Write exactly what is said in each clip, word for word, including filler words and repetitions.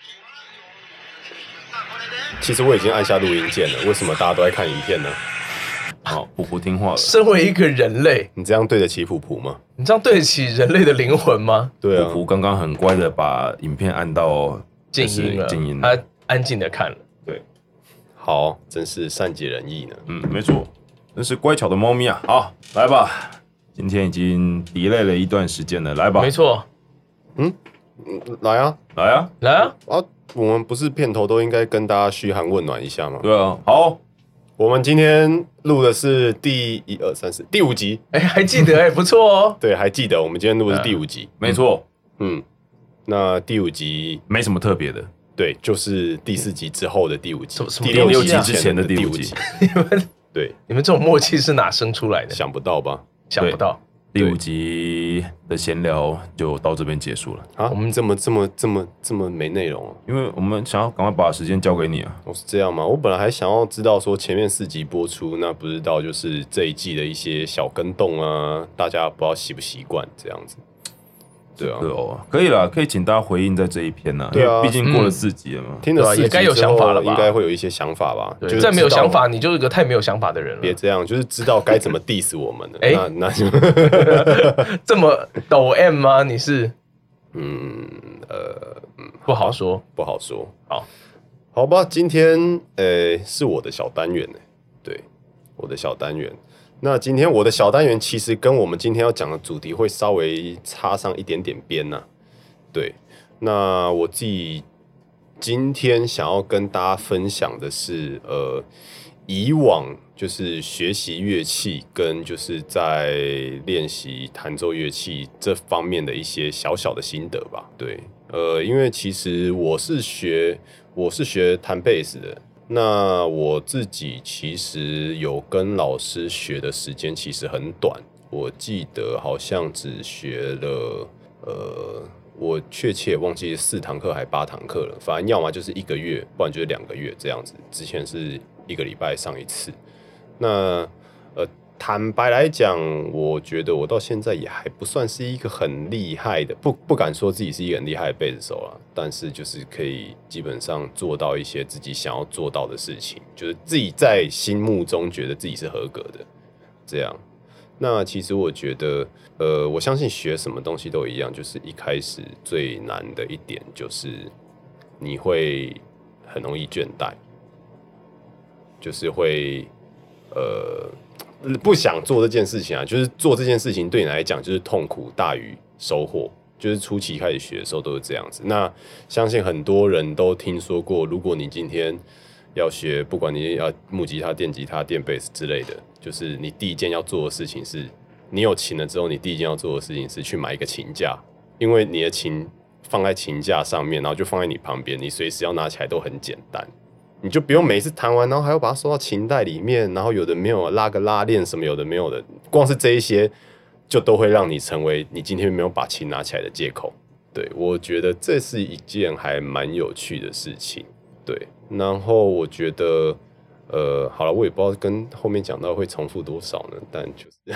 其实我已经按下录音键了，为什么大家都在看影片呢？ 好，普普听话了。 身为一个人类， 你这样对得起普普吗？ 你这样对得起人类的灵魂吗？ 对啊， 普普刚刚很乖的把影片按到静音了， 静音了， 他安静的看了。 对， 好，真是善解人意呢。 嗯，没错，真是乖巧的猫咪啊。好，来吧，今天已经 delay 了一段时间了，来吧。 没错， 嗯，来啊， 来啊， 来啊！ 啊，我们不是片头都应该跟大家嘘寒问暖一下吗？ 对啊，好。 我们今天录的是第一二三四第五集， 哎、欸，还记得哎、欸，不错哦。 对，还记得我们今天录的是第五集， 没错。 嗯，那第五集没什么特别的， 对，就是第四集之后的第五集， 第六集之前的第五集。 你们对， 你们这种默契是哪生出来的？ 想不到吧？ 想不到。 第五集的闲聊就到这边结束了啊！我们这么这么这么这么没内容、啊， 因为我们想要赶快把时间交给你啊。 哦，是这样吗？我本来还想要知道说前面四集播出，那不知道就是这一季的一些小更动啊，大家不知道习不习惯这样子。对啊， 对哦，可以啦，可以请大家回应在这一篇呐、啊， 对啊， 毕竟过了四集了嘛， 嗯、听了四集也该有想法了吧？ 应该会有一些想法吧？ 对，再没有想法，你就是个太没有想法的人了。 别这样，就是知道该怎么 diss 我们了。哎、欸，那那就这么抖 M 吗？你是？ 嗯呃嗯， 不好说， 不好说。 好， 好吧，今天呃是我的小单元呢，对，我的小单元。那今天我的小单元其实跟我们今天要讲的主题会稍微插上一点点边呐、啊。对，那我自己今天想要跟大家分享的是，呃，以往就是学习乐器跟就是在练习弹奏乐器这方面的一些小小的心得吧。对，呃，因为其实我是学我是学弹贝斯的。那我自己其实有跟老师学的时间其实很短，我记得好像只学了，呃，我确切忘记四堂课还八堂课了，反正要么就是一个月，不然就是两个月这样子。之前是一个礼拜上一次。那呃，坦白来讲，我觉得我到现在也还不算是一个很厉害的，不不敢说自己是一个很厉害的贝斯手啦，但是就是可以基本上做到一些自己想要做到的事情，就是自己在心目中觉得自己是合格的，这样。那其实我觉得，呃，我相信学什么东西都一样，就是一开始最难的一点就是你会很容易倦怠，就是会呃。不想做这件事情啊，就是做这件事情对你来讲就是痛苦大于收获，就是初期开始学的时候都是这样子。那相信很多人都听说过，如果你今天要学，不管你要木吉他、电吉他、电贝斯之类的，就是你第一件要做的事情是，你有琴了之后，你第一件要做的事情是去买一个琴架，因为你的琴放在琴架上面，然后就放在你旁边，你随时要拿起来都很简单。你就不用每次弹完，然后还要把它收到琴袋里面，然后有的没有拉个拉链什么，有的没有的，光是这一些就都会让你成为你今天没有把琴拿起来的借口。对，我觉得这是一件还蛮有趣的事情。对，然后我觉得，呃，好了，我也不知道跟后面讲到会重复多少呢，但就是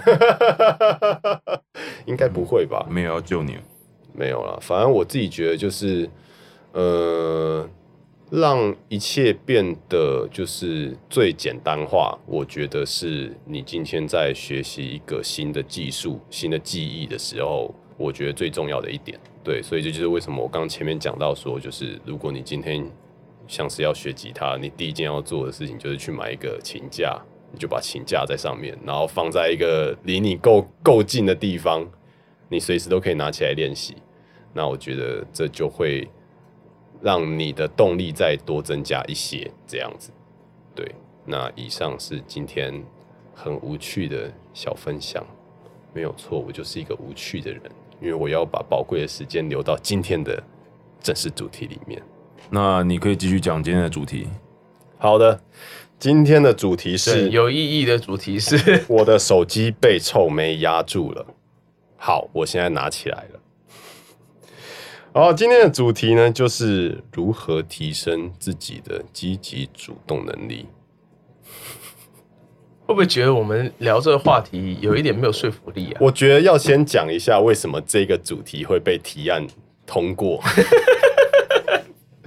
应该不会吧？ 没有要救你， 没有啦，反正我自己觉得就是，呃。让一切变得就是最简单化，我觉得是你今天在学习一个新的技术、新的技艺的时候，我觉得最重要的一点。对，所以这就是为什么我刚刚前面讲到说，就是如果你今天像是要学吉他，你第一件要做的事情就是去买一个琴架，你就把琴架在上面，然后放在一个离你够够近的地方，你随时都可以拿起来练习。那我觉得这就会让你的动力再多增加一些，这样子。对，那以上是今天很无趣的小分享，没有错，我就是一个无趣的人，因为我要把宝贵的时间留到今天的正式主题里面。 那你可以继续讲今天的主题。 好的，今天的主题是有意义的主题是我的手机被臭妹压住了。好，我现在拿起来了。好，今天的主题呢，就是如何提升自己的积极主动能力。 会不会觉得我们聊这个话题有一点没有说服力啊？ 我觉得要先讲一下为什么这个主题会被提案通过。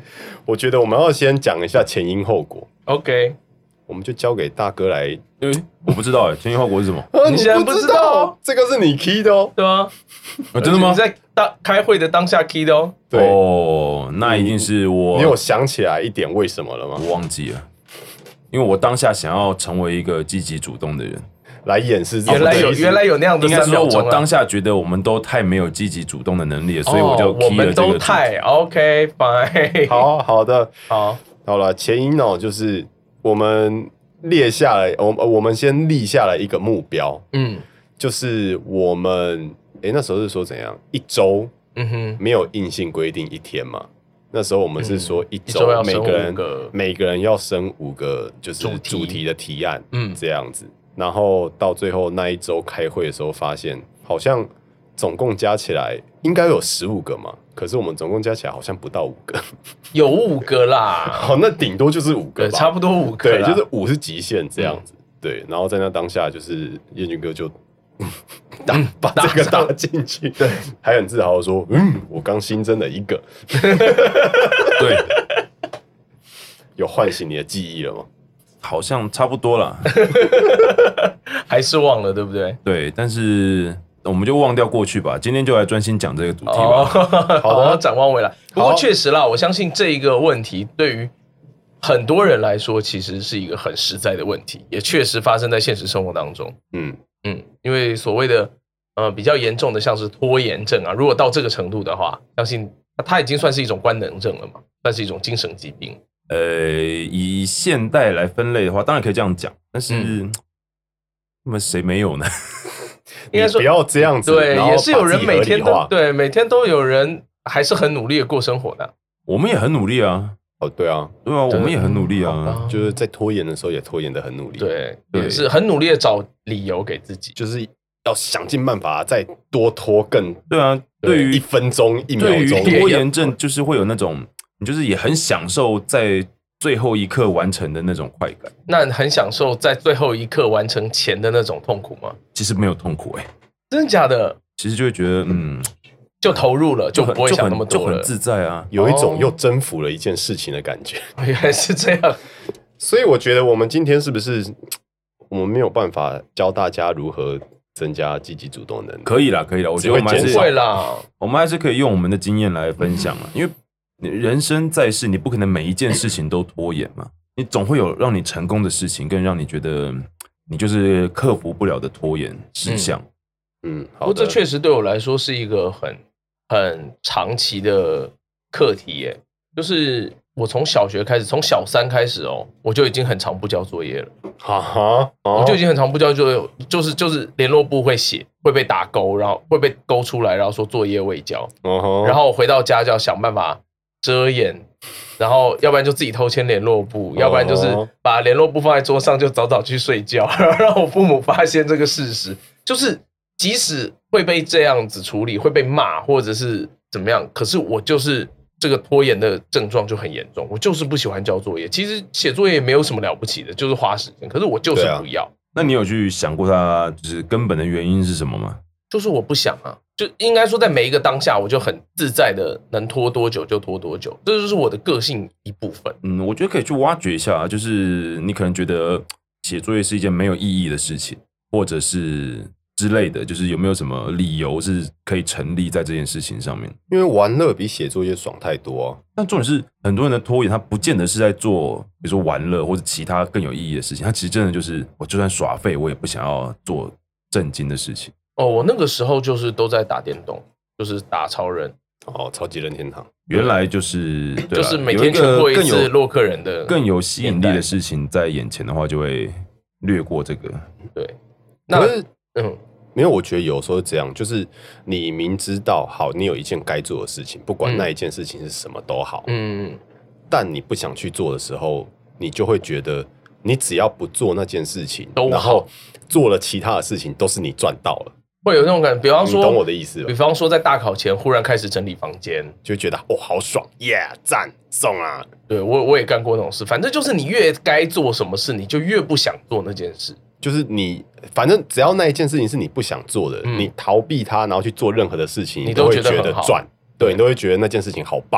我觉得我们要先讲一下前因后果。 OK， 我们就交给大哥来。 欸、我不知道哎、欸，前因后果是什么？ 啊、 你现在不知道？ 这个是你 key 的哦， 对啊， 啊、真的吗？ 你在当开会的当下 key 的哦。 对哦，那一定是我。 你有想起来一点为什么了吗？ 我忘记了，因为我当下想要成为一个积极主动的人， 来掩饰自己。 原来有原来有那样的应该说， 三秒钟啊我当下觉得我们都太没有积极主动的能力了，所以我就 key 了这个、 哦、我们都太 OK fine。 好好的， 好， 好了，前因哦，就是我们列下来，我我们先立下来一个目标， 嗯， 就是我们诶那时候是说怎样，一周， 嗯哼， 没有硬性规定一天嘛。那时候我们是说一周、 嗯、 每个人个每个人要生五个就是主题的提案，嗯，这样子。然后到最后那一周开会的时候，发现好像总共加起来应该有十五个嘛，可是我们总共加起来好像不到五个， 有五个啦。 好，那顶多就是五个吧， 差不多五个， 对，就是五是极限这样子。嗯、对，然后在那当下，就是彦君哥就打把这个打进去，对，还很自豪的说：“嗯，我刚新增了一个。” 对， 有唤醒你的记忆了吗？ 好像差不多了， 还是忘了，对不对？ 对，但是我们就忘掉过去吧，今天就来专心讲这个主题吧。 哦、好的，展望未来。不过确实啦，我相信这一个问题对于很多人来说，其实是一个很实在的问题，也确实发生在现实生活当中。嗯嗯，因为所谓的呃比较严重的，像是拖延症啊，如果到这个程度的话，相信它已经算是一种官能症了嘛，算是一种精神疾病。 呃，以现代来分类的话，当然可以这样讲，但是那么谁没有呢？ 应该说不要这样子， 对，也是有人每天都对，每天都有人还是很努力的过生活的。 我们也很努力啊， 哦，对啊， 对啊，我们也很努力啊， 就是在拖延的时候也拖延的很努力， 对，也是很努力的找理由给自己， 就是要想尽办法再多拖更。 对啊，对于一分钟一秒钟， 对于拖延症就是会有那种。你就是也很享受在最后一刻完成的那种快感， 那很享受在最后一刻完成前的那种痛苦吗？ 其实没有痛苦哎、欸， 真的假的？ 其实就会觉得嗯， 就投入了，就不会想那么多了， 就很自在啊， 有一种又征服了一件事情的感觉。 哦、原来是这样， 所以我觉得我们今天是不是我们没有办法教大家如何增加积极主动能力？ 可以啦，可以啦，我觉得我们还是会啦， 我们还是可以用我们的经验来分享啊，因为。人生在世，你不可能每一件事情都拖延嘛，你总会有让你成功的事情，跟让你觉得你就是克服不了的拖延事项。 嗯，不过这确实对我来说是一个很很长期的课题耶，就是我从小学开始，从小三开始哦，我就已经很常不交作业了。 哈哈， 我就已经很常不交作业，就是就是联络簿会写，会被打勾，然后会被勾出来，然后说作业未交，然后回到家就要想办法遮掩，然后要不然就自己偷签联络簿，要不然就是把联络簿放在桌上就早早去睡觉，然后让我父母发现这个事实。就是即使会被这样子处理，会被骂或者是怎么样，可是我就是这个拖延的症状就很严重，我就是不喜欢交作业。其实写作业也没有什么了不起的，就是花时间，可是我就是不要。啊、 那你有去想过它就是根本的原因是什么吗？ 就是我不想啊，就应该说在每一个当下，我就很自在的能拖多久就拖多久，这就是我的个性一部分。 嗯，我觉得可以去挖掘一下，就是你可能觉得写作业是一件没有意义的事情，或者是之类的，就是有没有什么理由是可以成立在这件事情上面？ 因为玩乐比写作业爽太多啊。 但重点是，很多人的拖延，他不见得是在做，比如说玩乐或者其他更有意义的事情，他其实真的就是，我就算耍废，我也不想要做正经的事情。 哦，我那个时候就是都在打电动，就是打超人。 哦，超级任天堂。 原来就是对就是每天全过一次洛克人的更有吸引力的事情在眼前的话，就会略过这个。 对，那可是嗯，没有，我觉得有时候这样，就是你明知道好，你有一件该做的事情，不管那一件事情是什么都好，嗯，但你不想去做的时候，你就会觉得你只要不做那件事情，然后做了其他的事情，都是你赚到了。 会有那种感觉，比方说， 你懂我的意思吧？ 比方说，在大考前忽然开始整理房间， 就觉得哦，好爽，耶，赞，送啊！ 对我我也干过那种事，反正就是你越该做什么事，你就越不想做那件事。 就是你，反正只要那一件事情是你不想做的，嗯、你逃避它，然后去做任何的事情，你都会觉得赚，对，你都会觉得那件事情好棒。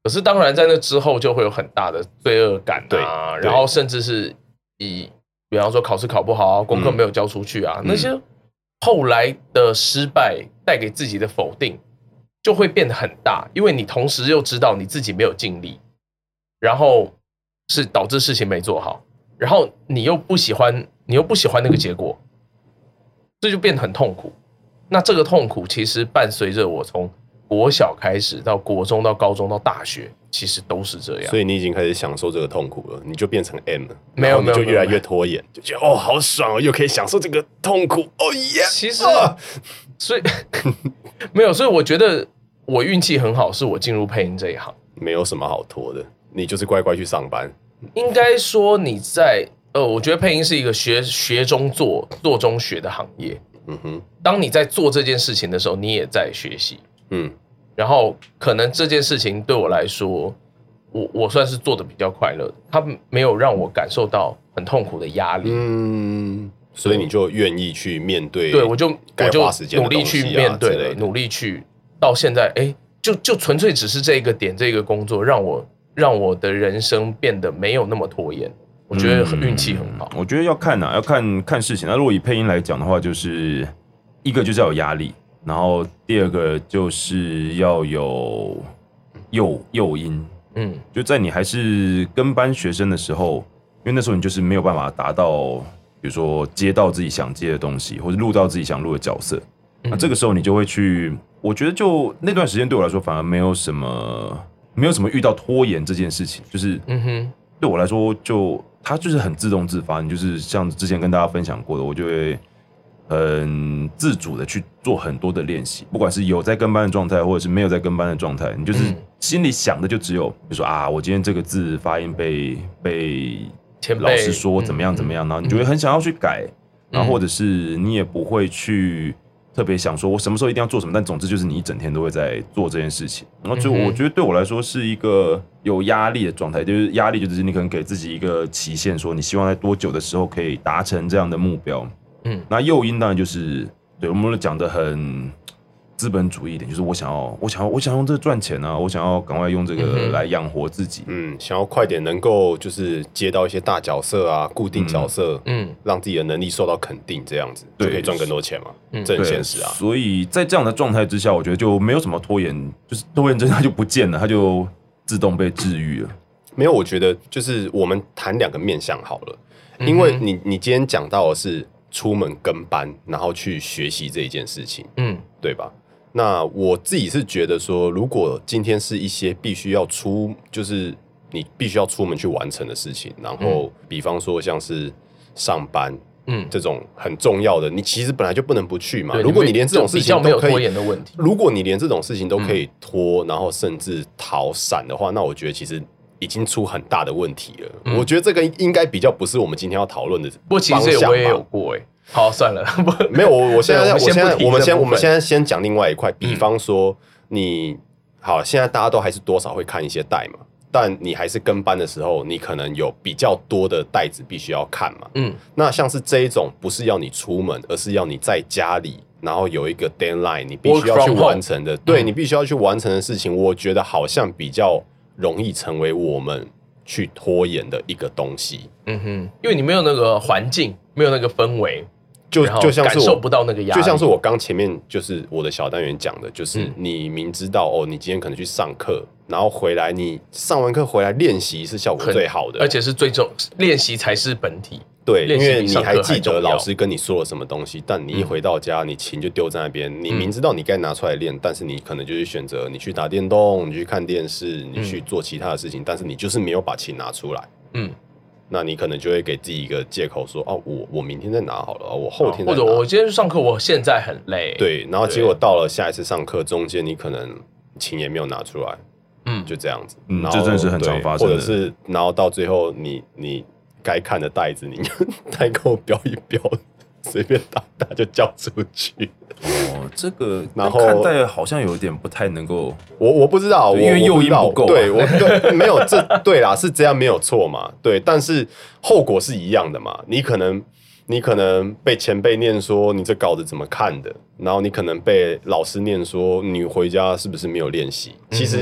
可是当然在那之后就会有很大的罪恶感啊，然后甚至是以比方说考试考不好啊，功课没有交出去啊，嗯、那些后来的失败带给自己的否定就会变得很大，因为你同时又知道你自己没有尽力，然后是导致事情没做好，然后你又不喜欢，你又不喜欢那个结果，这就变得很痛苦。那这个痛苦其实伴随着我从国小开始到国中到高中到大学，其实都是这样。 所以你已经开始享受这个痛苦了，你就变成 M 了， 没有，你就越来越拖延，就觉得哦好爽哦，又可以享受这个痛苦，哦耶！ 其实，啊、所以没有，所以我觉得我运气很好，是我进入配音这一行， 没有什么好拖的，你就是乖乖去上班。 应该说你在呃，我觉得配音是一个学学中做，做中学的行业。嗯哼，当你在做这件事情的时候，你也在学习。嗯，然后可能这件事情对我来说，我我算是做的比较快乐的，它没有让我感受到很痛苦的压力。 嗯，所以你就愿意去面对， 对我就该花时间的努力去面对了，努力去到现在，哎，就就纯粹只是这个点，这个工作让我让我的人生变得没有那么拖延。我觉得运气很好、 嗯。我觉得要看啊，要看看事情。那如果以配音来讲的话，就是一个就是要有压力，然后第二个就是要有诱诱因。嗯，就在你还是跟班学生的时候，因为那时候你就是没有办法达到，比如说接到自己想接的东西，或者录到自己想录的角色。嗯、那这个时候你就会去，我觉得就那段时间对我来说反而没有什么，没有什么遇到拖延这件事情，就是嗯哼，对我来说就。它就是很自动自发，你就是像之前跟大家分享过的，我就会很自主的去做很多的练习，不管是有在跟班的状态，或者是没有在跟班的状态，你就是心里想的就只有，比如说啊，我今天这个字发音被被老师说怎么样怎么样，然后你就会很想要去改，然后或者是你也不会去特别想说我什么时候一定要做什么，但总之就是你一整天都会在做这件事情，然后就我觉得对我来说是一个有压力的状态，就是压力就是你可能给自己一个期限，说你希望在多久的时候可以达成这样的目标。嗯，那诱因当然就是对我们讲的很资本主义一点，就是我想要，我想要，我想要用这个赚钱啊，我想要赶快用这个来养活自己。 嗯，想要快点能够就是接到一些大角色啊，固定角色，嗯，让自己的能力受到肯定，这样子就可以赚更多钱嘛。嗯，这很现实啊。 所以在这样的状态之下，我觉得就没有什么拖延，就是拖延症它就不见了，它就自动被治愈了。 没有，我觉得就是我们谈两个面向好了，因为你你今天讲到的是出门跟班，然后去学习这一件事情，嗯，对吧？那我自己是觉得说，如果今天是一些必须要出，就是你必须要出门去完成的事情，然后比方说像是上班，嗯，这种很重要的，你其实本来就不能不去嘛。如果你连这种事情都可以，如果你连这种事情都可以拖，然后甚至逃闪的话，那我觉得其实已经出很大的问题了。嗯、我觉得这个应该比较不是我们今天要讨论的方向吧。 不，其实我也有过哎、欸。好，算了， 没有我，我现在，我现在，我们先，我们现在先讲另外一块，比方说你好，现在大家都还是多少会看一些带嘛，但你还是跟班的时候，你可能有比较多的带子必须要看嘛。嗯，那像是这一种不是要你出门，而是要你在家里，然后有一个 deadline， 你必须要去完成的，对、嗯、你必须要去完成的事情，我觉得好像比较容易成为我们去拖延的一个东西。 嗯哼，因为你没有那个环境，没有那个氛围。 就就像是我感受不到那个压力， 就像是我刚前面就是我的小单元讲的，就是你明知道、嗯、哦，你今天可能去上课，然后回来你上完课回来练习是效果最好的， 而且是最重练习才是本体。 对，因为你还记得老师跟你说了什么东西，但你一回到家，你琴就丢在那边，嗯、你明知道你该拿出来练，但是你可能就是选择你去打电动，你去看电视，你去做其他的事情，嗯、但是你就是没有把琴拿出来。嗯。那你可能就会给自己一个借口说，哦，我我明天再拿好了，我后天再拿， 或者我今天去上课，我现在很累。 对，然后结果到了下一次上课中间，你可能琴也没有拿出来，嗯，就这样子， 嗯，这真的是很常发生的。 或者是，然后到最后你你该看的带子，你就代购标一标，随便打打就交出去。 哦，这个然后看待好像有点不太能够， 我我不知道， 因为诱因不够、啊。 对，我对没有这对啦，是这样没有错嘛？对，但是后果是一样的嘛？你可能你可能被前辈念说你这稿子怎么看的，然后你可能被老师念说你回家是不是没有练习？其实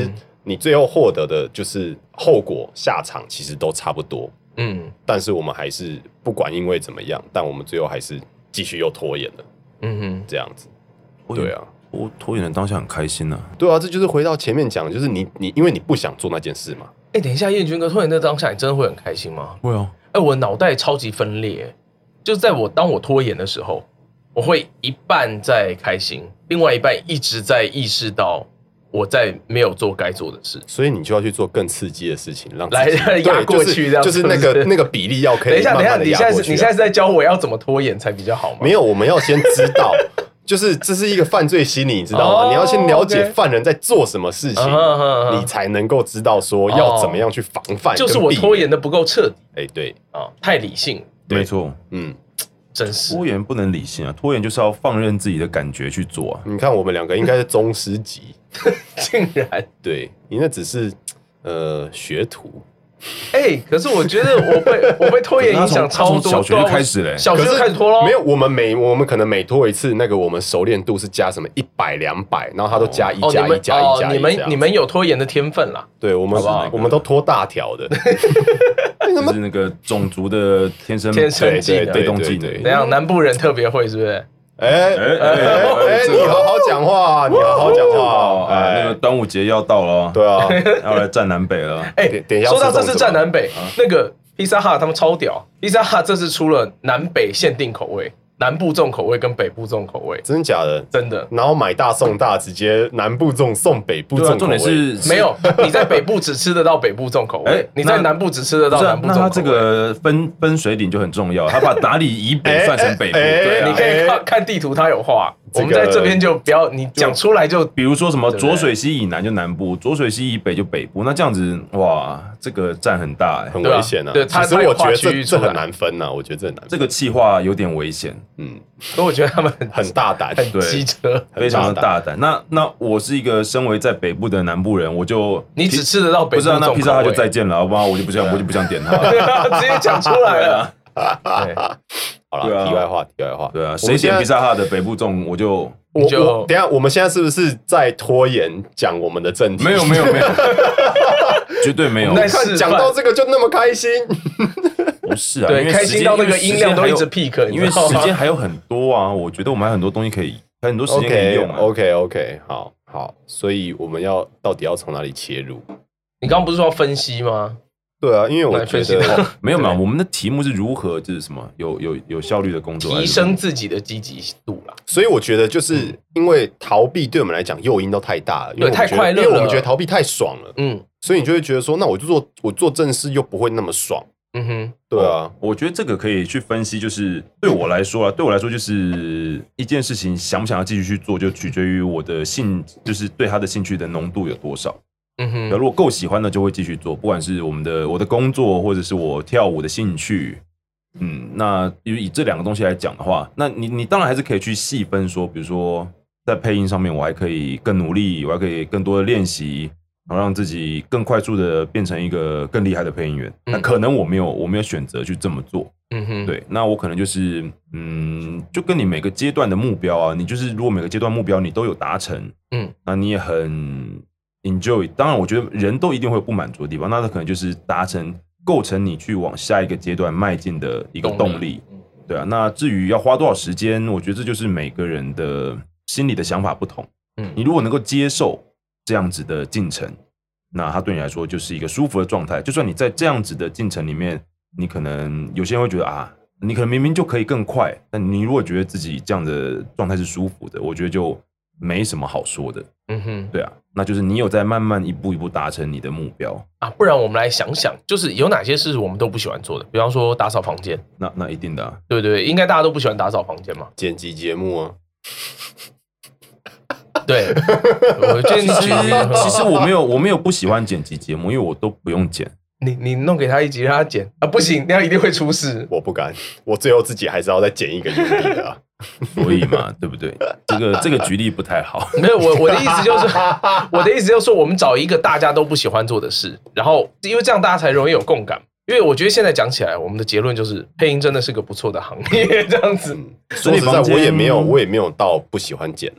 你最后获得的就是后果下场其实都差不多，嗯，但是我们还是不管因为怎么样，但我们最后还是继续又拖延了，嗯哼，这样子，对啊， 我拖延的当下很开心啊， 对啊，这就是回到前面讲，就是你你因为你不想做那件事嘛， 哎、欸，等一下，彦君哥，拖延的当下，你真的会很开心吗？ 会啊， 哎、欸，我脑袋超级分裂，就是在我当我拖延的时候，我会一半在开心，另外一半一直在意识到。我在没有做该做的事， 所以你就要去做更刺激的事情，让来压过去，这样就是那个那个比例要可以。 等一下，等一下，你现在是你现在是在教我要怎么拖延才比较好吗？ 没有，我们要先知道，就是这是一个犯罪心理，你知道吗？你要先了解犯人在做什么事情，你才能够知道说要怎么样去防范。 就是我拖延的不够彻底， 哎，对啊，太理性， 没错，嗯。 真是拖延不能理性啊！拖延就是要放任自己的感觉去做啊！ 你看我们两个应该是宗师级， 竟然对你那只是呃学徒。 哎、欸，可是我觉得我被我被拖延影响超多， 小学就开始嘞、欸， 小学就开始拖咯。 没有，我们每我们可能每拖一次，那个我们熟练度是加什么一百两百，然后他都加一加一加一加一。 你们你们有拖延的天分啦。 对，我们好好我们都拖大条的。 就是那个种族的天生天生技能、 被动技能。 怎样？南部人特别会是不是？ 哎哎哎，你好好讲话，你好好讲话。 哎，那个端午节要到了， 对啊， 要来战南北了。 哎，说到这次战南北，那个披萨哈他们超屌，披萨哈这次出了南北限定口味。南部重口味跟北部重口味， 真的假的？ 真的。 然后买大送大，直接南部重送北部重口味。 重点是没有，你在北部只吃得到北部重口味，你在南部只吃得到南部重口味。 那它这个分分水岭就很重要，它把哪里以北算成北部。 对，你可以看看地图，它有画。我们在这边就不要你讲出来就， 比如说什么浊水溪以南就南部，浊水溪以北就北部。那这样子哇，这个占很大， 很危险啊。 对， 其实我觉得这这很难分呐，我觉得这很难。 这个企划有点危险， 嗯，所以我觉得他们很大胆， 很机车， 非常的大胆。那那我是一个身为在北部的南部人，我就你只吃得到北部， 不是啊？那披萨他就再见了，好不好？我就不想，我就不想点它， 直接讲出来了。 好了，题外话，题外话， 对啊，谁点披萨哈的北部粽，我就。 我我等一下，我们现在是不是在拖延讲我们的正题？ 没有没有没有，绝对没有。 你看讲到这个就那么开心， 不是啊？ 对，开心到那个音量都一直 peak， 因为时间还有很多啊。我觉得我们还有很多东西可以，还有很多时间可以用啊。 OK OK， 好好，所以我们要到底要从哪里切入？ 你刚刚不是说要分析吗？ 对啊，因为我觉得没有嘛，我们的题目是如何就是什么有有有效率的工作， 提升自己的积极度啦。 所以我觉得就是因为逃避对我们来讲诱因都太大了， 对，太快乐了， 因为我们觉得逃避太爽了， 嗯， 所以你就会觉得说，那我就做我做正事又不会那么爽，嗯哼，对啊， 我觉得这个可以去分析，就是对我来说啊，对我来说就是一件事情想不想要继续去做，就取决于我的兴，就是对他的兴趣的浓度有多少。嗯哼，如果够喜欢的就会继续做，不管是我们的我的工作，或者是我跳舞的兴趣，嗯，那以这两个东西来讲的话，那你你当然还是可以去细分说，比如说在配音上面，我还可以更努力，我还可以更多的练习，然后让自己更快速的变成一个更厉害的配音员。嗯、那可能我没有我没有选择去这么做，嗯哼，对，那我可能就是嗯，就跟你每个阶段的目标啊，你就是如果每个阶段目标你都有达成，嗯，那你也很。enjoy， 当然我觉得人都一定会有不满足的地方，那它可能就是达成构成你去往下一个阶段迈进的一个动力，对啊。那至于要花多少时间，我觉得这就是每个人的心里的想法不同。嗯，你如果能够接受这样子的进程，那它对你来说就是一个舒服的状态。就算你在这样子的进程里面，你可能有些人会觉得啊，你可能明明就可以更快，但你如果觉得自己这样的状态是舒服的，我觉得就没什么好说的。嗯哼，对啊，那就是你有在慢慢一步一步达成你的目标啊。不然我们来想想，就是有哪些事我们都不喜欢做的，比方说打扫房间。 那那一定的、啊， 对对，应该大家都不喜欢打扫房间嘛。 剪辑节目啊。 对，我觉得你其实其实我没有我没有不喜欢剪辑节目，因为我都不用剪。 你你弄给他一集让他剪啊，不行，那样一定会出事。 我不敢，我最后自己还是要再剪一个 U D 的、啊。 所以嘛，对不对？这个这个举例不太好。 没有，我我的意思就是，我的意思就是说，我们找一个大家都不喜欢做的事，然后因为这样大家才容易有共感。因为我觉得现在讲起来，我们的结论就是配音真的是个不错的行业，这样子。 说实在，我也没有，我也没有到不喜欢剪啊。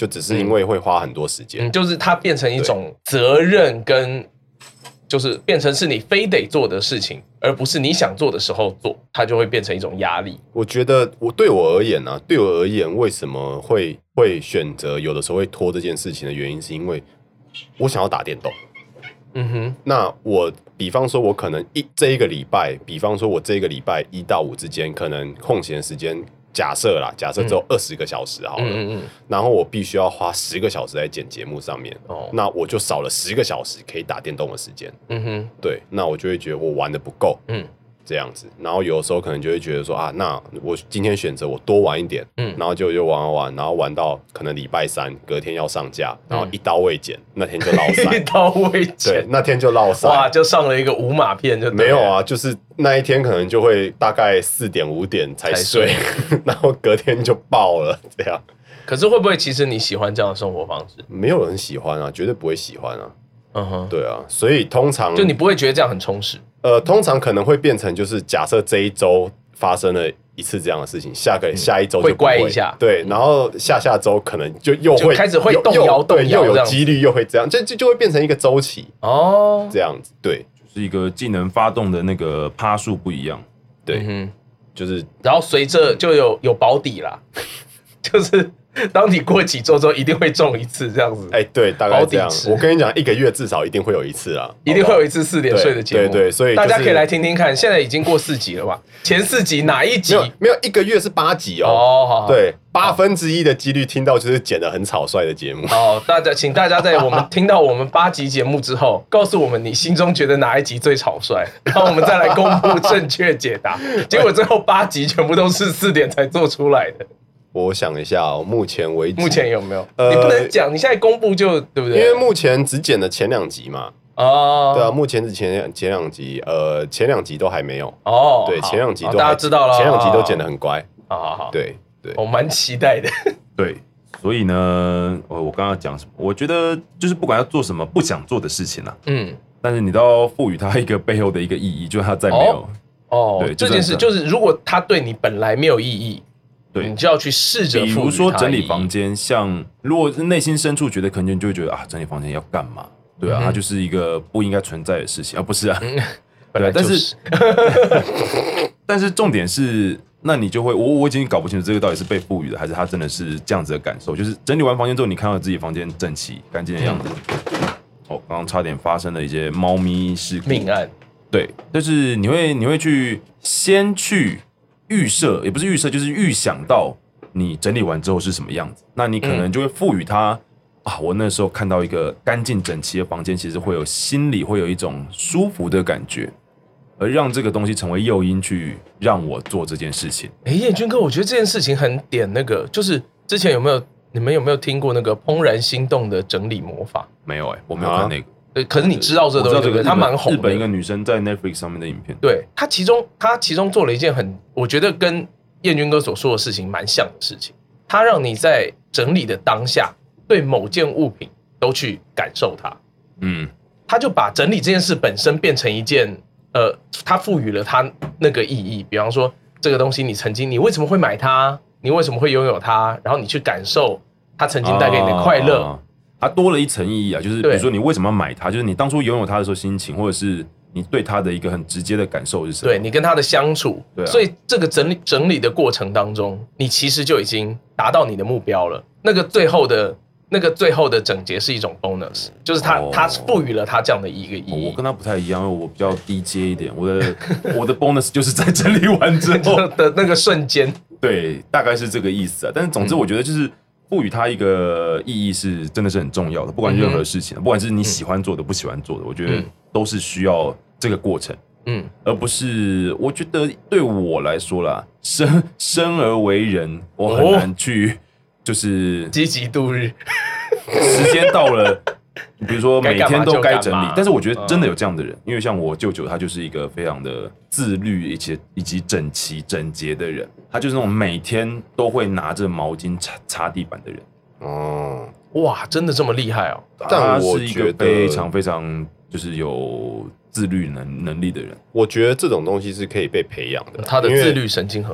就只是因为会花很多时间、 嗯嗯，就是它变成一种责任跟。就是变成是你非得做的事情，而不是你想做的时候做，它就会变成一种压力。 我觉得我对我而言啊，对我而言，为什么会会选择有的时候会拖这件事情的原因，是因为我想要打电动。 嗯哼， 那我比方说，我可能一这一个礼拜，比方说我这一个礼拜一到五之间，可能空闲时间。假设啦，假设只有二十个小时好了，嗯嗯嗯，然后我必须要花十个小时在剪节目上面，哦，那我就少了十个小时可以打电动的时间，嗯哼，对，那我就会觉得我玩的不够，嗯，这样子，然后有的时候可能就会觉得说啊，那我今天选择我多玩一点，嗯，然后就就玩玩玩，然后玩到可能礼拜三隔天要上架，然后一刀未剪，那天就落赛， 一刀未剪， 对，那天就落赛， 哇，就上了一个五马片就没有啊，就是那一天可能就会大概四点五点才睡，然后隔天就爆了，这样。 可是会不会其实你喜欢这样的生活方式？ 没有人喜欢啊，绝对不会喜欢啊。嗯哼，对啊，所以通常就你不会觉得这样很充实。 呃，通常可能会变成就是假设这一周发生了一次这样的事情，下个、嗯、下一周就会乖一下， 对，然后下下周可能就又会就开始会动摇动摇， 又有几率又会这样，就就就会变成一个周期哦，这样子，对， 就是一个技能发动的那个趴数不一样， 对，嗯、就是然后随着就有有保底啦，就是。当你过几周之后，一定会中一次这样子。 哎、欸，对，大概这样。我跟你讲，一个月至少一定会有一次啦， 一定会有一次四点睡的节目。 对 对, 对，所以、 就是、大家可以来听听看。现在已经过四集了吧？前四集哪一集？ 没有，没有一个月是八集哦。哦，好好对，八分之一的几率听到就是剪得很草率的节目。 哦，大家，请大家在我们听到我们八集节目之后，告诉我们你心中觉得哪一集最草率，然后我们再来公布正确解答。结果最后八集全部都是四点才做出来的。 我想一下哦，目前为止， 目前有没有？呃、你不能讲，你现在公布就对不对？ 因为目前只剪了前两集嘛。哦，对啊，目前是前前两集，呃，前两集都还没有。哦，对，前两集都大家知道了， 前两集都剪得很乖。 好好好， 对对， 我蛮期待的。 对，所以呢，我我刚刚讲什么？我觉得就是不管要做什么不想做的事情啊，嗯，但是你都要赋予它一个背后的一个意义，就是它再没有哦，对，这件事就是如果它对你本来没有意义。对，你就要去试着。 比如说整理房间，像如果内心深处觉得可能就会觉得啊，整理房间要干嘛？对啊，嗯、它就是一个不应该存在的事情，而、啊、不是啊。嗯、 本来就是。 是但是重点是，那你就会我我已经搞不清楚这个到底是被赋予的，还是他真的是这样子的感受。就是整理完房间之后，你看到自己房间整齐干净的样子。嗯、哦，刚刚差点发生了一些猫咪事故命案。 对，就是你会你会去先去。预设也不是预设，就是预想到你整理完之后是什么样子，那你可能就会赋予它、嗯、啊。我那时候看到一个干净整齐的房间，其实会有心里会有一种舒服的感觉，而让这个东西成为诱因去让我做这件事情。 哎、欸，彦君哥，我觉得这件事情很点那个，就是之前有没有你们有没有听过那个怦然心动的整理魔法？ 没有哎、欸，我没有看那个。 对，可是你知道这东西，对不对？它蛮红的。 日本一个女生在 Netflix 上面的影片， 对，她其中她其中做了一件很，我觉得跟彦君哥所说的事情蛮像的事情。她让你在整理的当下，对某件物品都去感受它。嗯，她就把整理这件事本身变成一件，呃，她赋予了它那个意义。比方说，这个东西你曾经，你为什么会买它？你为什么会拥有它？然后你去感受它曾经带给你的快乐。啊它多了一层意义啊，就是比如说你为什么要买它，就是你当初拥有它的时候心情，或者是你对它的一个很直接的感受是什么？ 对你跟它的相处，对、啊，所以这个整理整理的过程当中，你其实就已经达到你的目标了。那个最后的那个最后的整洁是一种 bonus， 就是它、哦、它赋予了它这样的一个意义。 我跟它不太一样，因为我比较低阶一点，我的我的 bonus 就是在整理完之后的那个瞬间， 对，大概是这个意思啊。但是总之，我觉得就是。嗯赋予它一个意义是真的是很重要的，不管任何事情，嗯、不管是你喜欢做的、嗯、不喜欢做的，我觉得都是需要这个过程，嗯，而不是我觉得对我来说啦，生生而为人，我很难去就是积极度日， 时间到了。比如说每天都该整理，但是我觉得真的有这样的人，嗯、因为像我舅舅，他就是一个非常的自律以及以及整齐整洁的人，他就是那种每天都会拿着毛巾擦擦地板的人。 哦，哇，真的这么厉害哦！ 但我是一个非常非常就是有自律能能力的人。 我觉得这种东西是可以被培养的， 他的自律神经很好。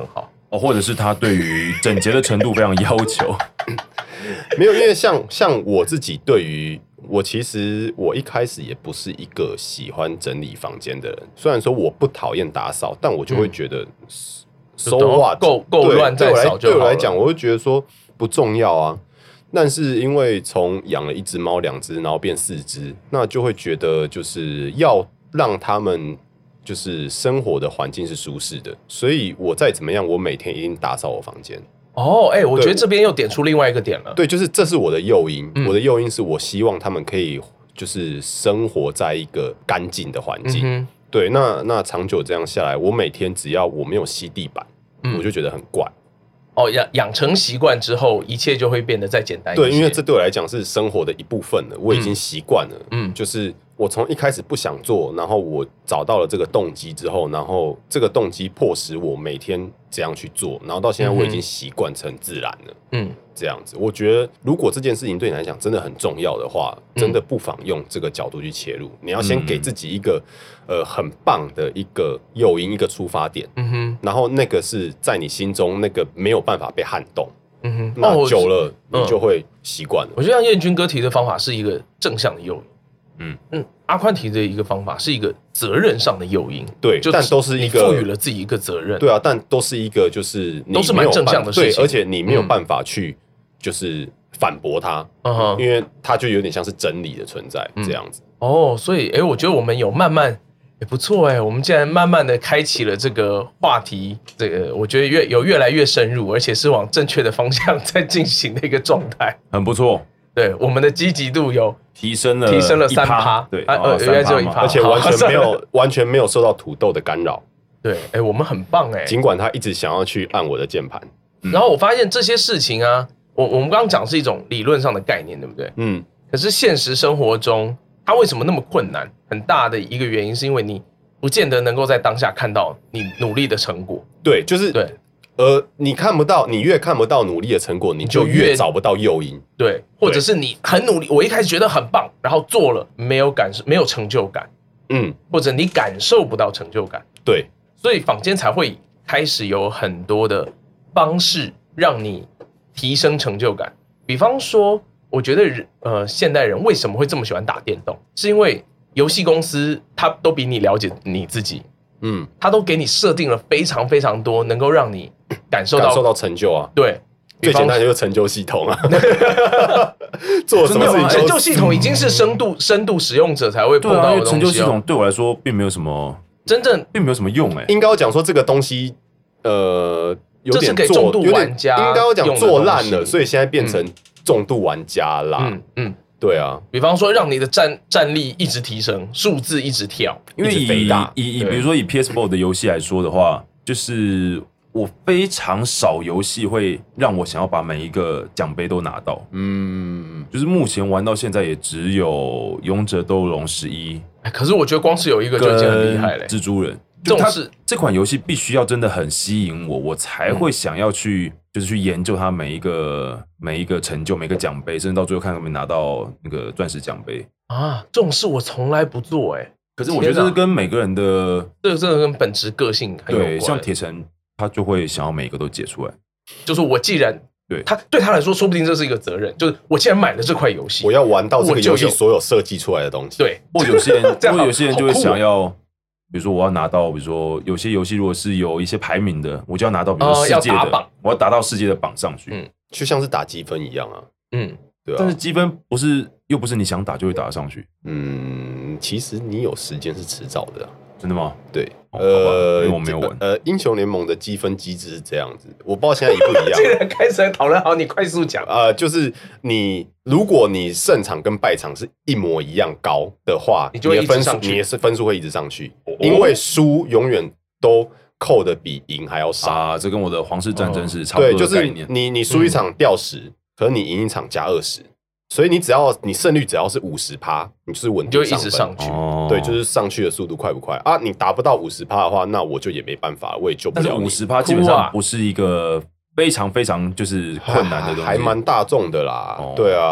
哦，或者是他对于整洁的程度非常要求。 没有，因为像像我自己对于我其实我一开始也不是一个喜欢整理房间的人，虽然说我不讨厌打扫，但我就会觉得收袜够够乱再扫就好了。 对我来讲，我会觉得说不重要啊。但是因为从养了一只猫、两只，然后变四只，那就会觉得就是要让他们就是生活的环境是舒适的，所以我再怎么样，我每天一定打扫我房间。 哦，哎、欸，我觉得这边又点出另外一个点了。 对，就是这是我的诱因，嗯、我的诱因是我希望他们可以就是生活在一个干净的环境。嗯、对，那那长久这样下来，我每天只要我没有吸地板，嗯、我就觉得很怪。 哦，养养成习惯之后，一切就会变得再简单一些。 对，因为这对我来讲是生活的一部分了，我已经习惯了。嗯，就是我从一开始不想做，然后我找到了这个动机之后，然后这个动机迫使我每天这样去做，然后到现在我已经习惯成自然了。嗯，这样子，我觉得如果这件事情对你来讲真的很重要的话，真的不妨用这个角度去切入。你要先给自己一个、嗯、呃很棒的一个诱因，一个出发点。嗯哼，然后那个是在你心中那个没有办法被撼动。嗯哼，那久了、哦、你就会习惯了。 我觉得像彦君哥提的方法是一个正向的诱因。嗯嗯，阿宽提的一个方法是一个责任上的诱因， 对，但都是一个赋予了自己一个责任， 对啊，但都是一个就是你都是蛮正向的事情， 对，而且你没有办法去就是反驳它，嗯、因为它就有点像是真理的存在这样子。 嗯、哦，所以哎、欸，我觉得我们有慢慢也不错哎、欸，我们竟然慢慢的开启了这个话题，这个我觉得越有越来越深入，而且是往正确的方向在进行的一个状态， 很不错。 对，我们的积极度有提升了， 提升了三趴， 对， 啊，呃，原来只有一趴， 而且完全没有完全没有受到土豆的干扰。 对，哎、欸，我们很棒哎、欸， 尽管他一直想要去按我的键盘， 嗯、然后我发现这些事情啊，我我们刚刚讲是一种理论上的概念，对不对？嗯。可是现实生活中，它为什么那么困难？很大的一个原因是因为你不见得能够在当下看到你努力的成果。 对，就是对。 呃，你看不到，你越看不到努力的成果，你就越找不到诱因。 对，或者是你很努力，我一开始觉得很棒，然后做了没有感受，没有成就感，嗯，或者你感受不到成就感。 对， 所以坊间才会开始有很多的方式让你提升成就感。比方说，我觉得呃，现代人为什么会这么喜欢打电动，是因为游戏公司它都比你了解你自己。嗯，他都给你设定了非常非常多能够让你感受到感受到成就啊。 对， 最简单的就是成就系统啊。做什么事情成就系统已经是深度深度使用者才会碰到的东西、哦。 成就系统对我来说并没有什么真正， 并没有什么用哎、欸。 应该要讲说这个东西，呃，有点做重度玩家， 应该要讲做烂了，所以现在变成重度玩家啦。嗯嗯。对啊， 比方说让你的战战力一直提升，数字一直跳， 因为以以以比如说以 P S 四 的游戏来说的话，就是我非常少游戏会让我想要把每一个奖杯都拿到。嗯，就是目前玩到现在也只有勇者斗恶龙十一， 可是我觉得光是有一个就已经很厉害了。 蜘蛛人，这种是这款游戏必须要真的很吸引我，我才会想要去。就是去研究它每一个每一个成就、每个奖杯，甚至到最后看有没有拿到那个钻石奖杯啊！这种事我从来不做哎、欸。 可是我觉得这是跟每个人的这个真的跟本质个性很有关。 对，像铁城，他就会想要每一个都解出来。 就是我既然对他对他来说，说不定这是一个责任。就是我既然买了这块游戏， 我要玩到这个游戏所有设计出来的东西。 对， 或有些人，或有些人就会想要。比如说，我要拿到，比如说有些游戏如果是有一些排名的，我就要拿到，比如说世界的，呃、我要达到世界的榜上去，嗯， 就像是打积分一样啊， 嗯，对啊。但是积分不是又不是你想打就会打得上去， 嗯，其实你有时间是迟早的、啊， 真的吗？ 对， 哦、呃，因为我没有玩， 呃，英雄联盟的积分机制是这样子，我不知道现在一不一样。 这个开始讨论，好，你快速讲。 呃，就是你，如果你胜场跟败场是一模一样高的话， 你就会一直上去，你的分数会一直上去，哦、因为输永远都扣的比赢还要少啊。这跟我的皇室战争是差不多的概念。 对，就是你你输一场掉十、嗯，可是你赢一场加二十。所以你只要你胜率只要是五十趴，你就是稳定上分， 就一直上去。 哦、对，就是上去的速度快不快啊？你达不到五十趴的话，那我就也没办法，我也救不了你。 但是五十趴基本上不是一个非常非常就是困难的东西， 还蛮大众的啦。哦、对啊，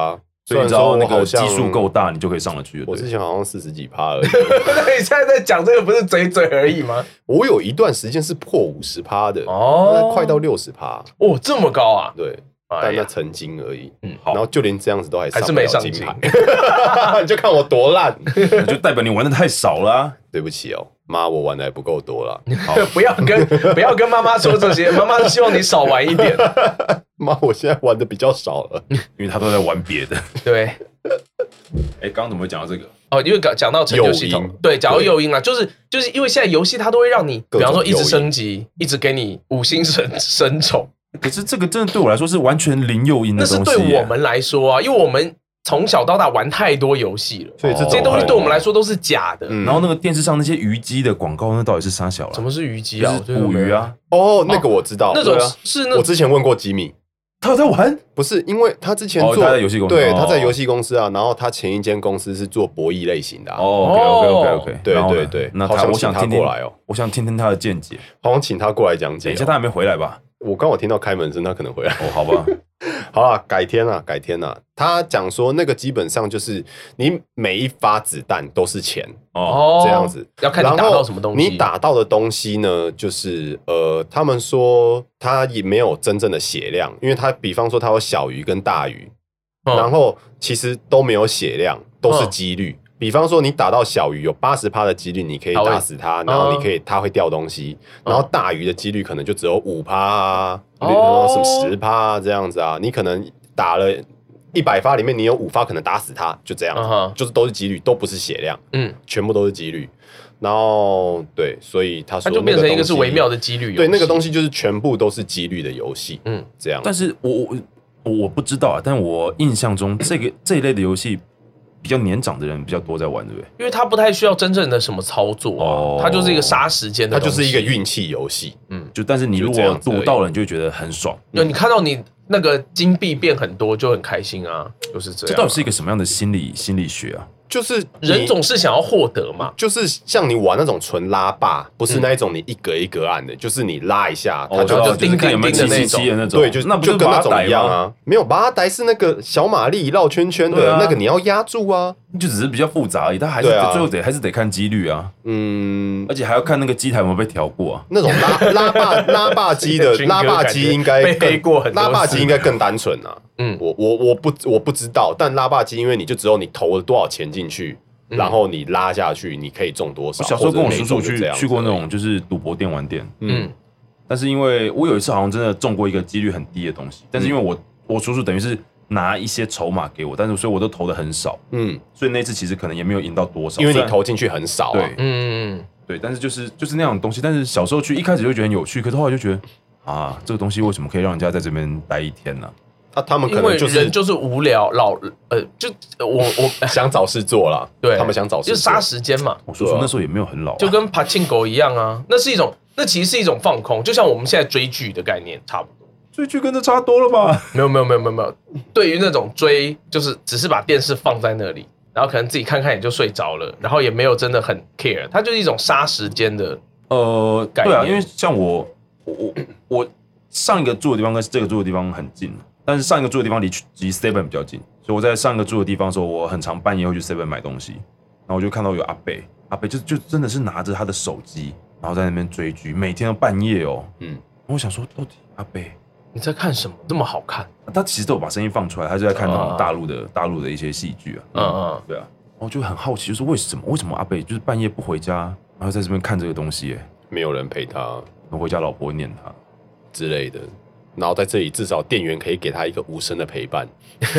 所以你知道那个基数够大，你就可以上得去。 我之前好像四十几趴而已。 那你现在在讲这个不是嘴嘴而已吗？ 我有一段时间是破五十趴的，哦，快到六十趴。 哦，这么高啊？ 对，但那曾经而已。 嗯， 好，然后就连这样子都还还是没上金牌， 你就看我多烂， 就代表你玩的太少了、啊。 对不起哦，妈，我玩的还不够多啦。 不要跟不要跟妈妈说这些，妈妈希望你少玩一点。 妈，我现在玩的比较少了， 因为他都在玩别的。 对， 哎，刚刚怎么会讲到这个？ 哦，因为讲到成就系统，对，讲到诱因啦，就是就是因为现在游戏它都会让你，比方说一直升级，一直给你五星神神宠。 可是这个真的对我来说是完全零诱因的东西。 那是对我们来说啊，因为我们从小到大玩太多游戏了， 所以这些东西对我们来说都是假的。 嗯、然后那个电视上那些鱼机的广告，那到底是啥小了？ 什么是鱼机啊？ 捕鱼啊！ 哦，那个我知道， 那种是那我之前问过吉米。 他有在玩？ 不是，因为他之前做、 哦、他在游戏公司， 对，他在游戏公司啊。然后他前一间公司是做博弈类型的、啊。 哦 ，OK OK OK OK， 对对对。 那他，我想听过来哦， 我想听听他的见解。 好像请他过来讲解、哦。 等一下，他还没回来吧？ 我刚好听到开门声，他可能回来。 哦，好吧。 好啦，改天啊，改天啊。他讲说，那个基本上就是你每一发子弹都是钱哦，这样子。 要看你打到什么东西。 你打到的东西呢，就是呃，他们说它也没有真正的血量，因为它比方说它有小鱼跟大鱼，嗯、然后其实都没有血量，都是几率。嗯比方说，你打到小鱼有八十趴的几率，你可以打死它，然后你可以它会掉东西，然后大鱼的几率可能就只有五趴啊，比如说什么十趴啊这样子啊，你可能打了一百发里面，你有五发可能打死它，就这样子，就是都是几率，都不是血量，嗯，全部都是几率。然后对，所以他说它就变成一个是微妙的几率游戏， 对，那个东西就是全部都是几率的游戏，嗯，这样。 但是我我我不知道啊，但我印象中这个这一类的游戏。比较年长的人比较多在玩，对不对？ 因为它不太需要真正的什么操作啊，哦、它就是一个杀时间的， 它就是一个运气游戏。 嗯，就但是你如果赌到了，你就会觉得很爽。 就你看到你那个金币变很多，就很开心啊，就是这样、啊。 这到底是一个什么样的心理心理学啊？ 就是人总是想要获得嘛， 就是像你玩那种纯拉霸，不是那一种你一格一格按的，嗯、就是你拉一下，它就就叮叮叮的那种， 对，就那不就跟那种一样啊。没有，把它逮是那个小玛丽绕圈圈的、啊、那个，你要压住啊， 就只是比较复杂而已。但还是、啊、最后得还是得看几率啊，嗯，而且还要看那个机台有没有被调过啊。 那种拉拉霸拉霸机的拉霸机应该被黑过很多， 拉霸机应该更单纯啊。嗯，我我我不我不知道，但拉霸机因为你就只有你投了多少钱进去。然后你拉下去，你可以中多少？ 我小时候跟我叔叔去去过那种就是赌博店玩店，嗯，但是因为我有一次好像真的中过一个几率很低的东西，但是因为我我叔叔等于是拿一些筹码给我，但是所以我都投的很少，嗯，所以那次其实可能也没有赢到多少， 因为你投进去很少、啊， 对，嗯，对，但是就是就是那样的东西，但是小时候去一开始就觉得很有趣，可是后来就觉得啊，这个东西为什么可以让人家在这边待一天呢、啊？ 啊、他们可能就是人就是无聊老呃，就我我想找事做啦， 对他们想找事做， 就是杀时间嘛。 我叔叔那时候也没有很老、啊， 就跟爬庆狗一样啊，那是一种，那其实是一种放空，就像我们现在追剧的概念差不多。 追剧跟这差多了吧？ 没有没有没有没有没有，对于那种追，就是只是把电视放在那里，然后可能自己看看也就睡着了，然后也没有真的很 care， 它就是一种杀时间的呃概念。对啊，因为像我我我上一个住的地方跟这个住的地方很近。但是上一个住的地方离离 seven 比较近，所以我在上一个住的地方的时候，我很常半夜会去 seven 买东西，然后我就看到有阿伯，阿伯就就真的是拿着他的手机，然后在那边追剧，每天都半夜哦，嗯，然后我想说，到底阿伯你在看什么？这么好看？ 他其实都有把声音放出来，他就在看那种大陆的、uh, 大陆的一些戏剧啊，嗯嗯，对啊，然后我就很好奇，就是为什么为什么阿伯就是半夜不回家，然后在这边看这个东西，哎， 没有人陪他， 我回家老婆会念他之类的。然后在这里，至少店员可以给他一个无声的陪伴。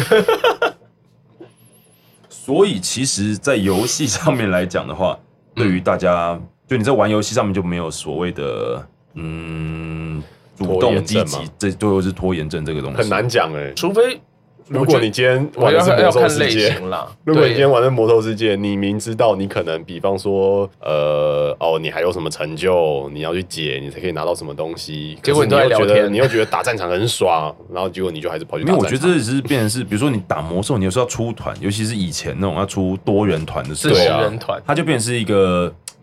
所以，其实，在游戏上面来讲的话，对于大家，就你在玩游戏上面就没有所谓的嗯主动积极，这最后是拖延症这个东西很难讲哎、欸， 除非。 如果你今天玩的是魔兽世界，如果你今天玩的是魔兽世界，你明知道你可能，比方说，呃，哦，你还有什么成就，你要去解，你才可以拿到什么东西。 结果你都在聊天， 你又觉得打战场很爽，然后结果你就还是跑去打战场。 因为我觉得这只是变成是，比如说你打魔兽，你有时候要出团，尤其是以前那种要出多人团的时候， 四十人团， 它就变成是一个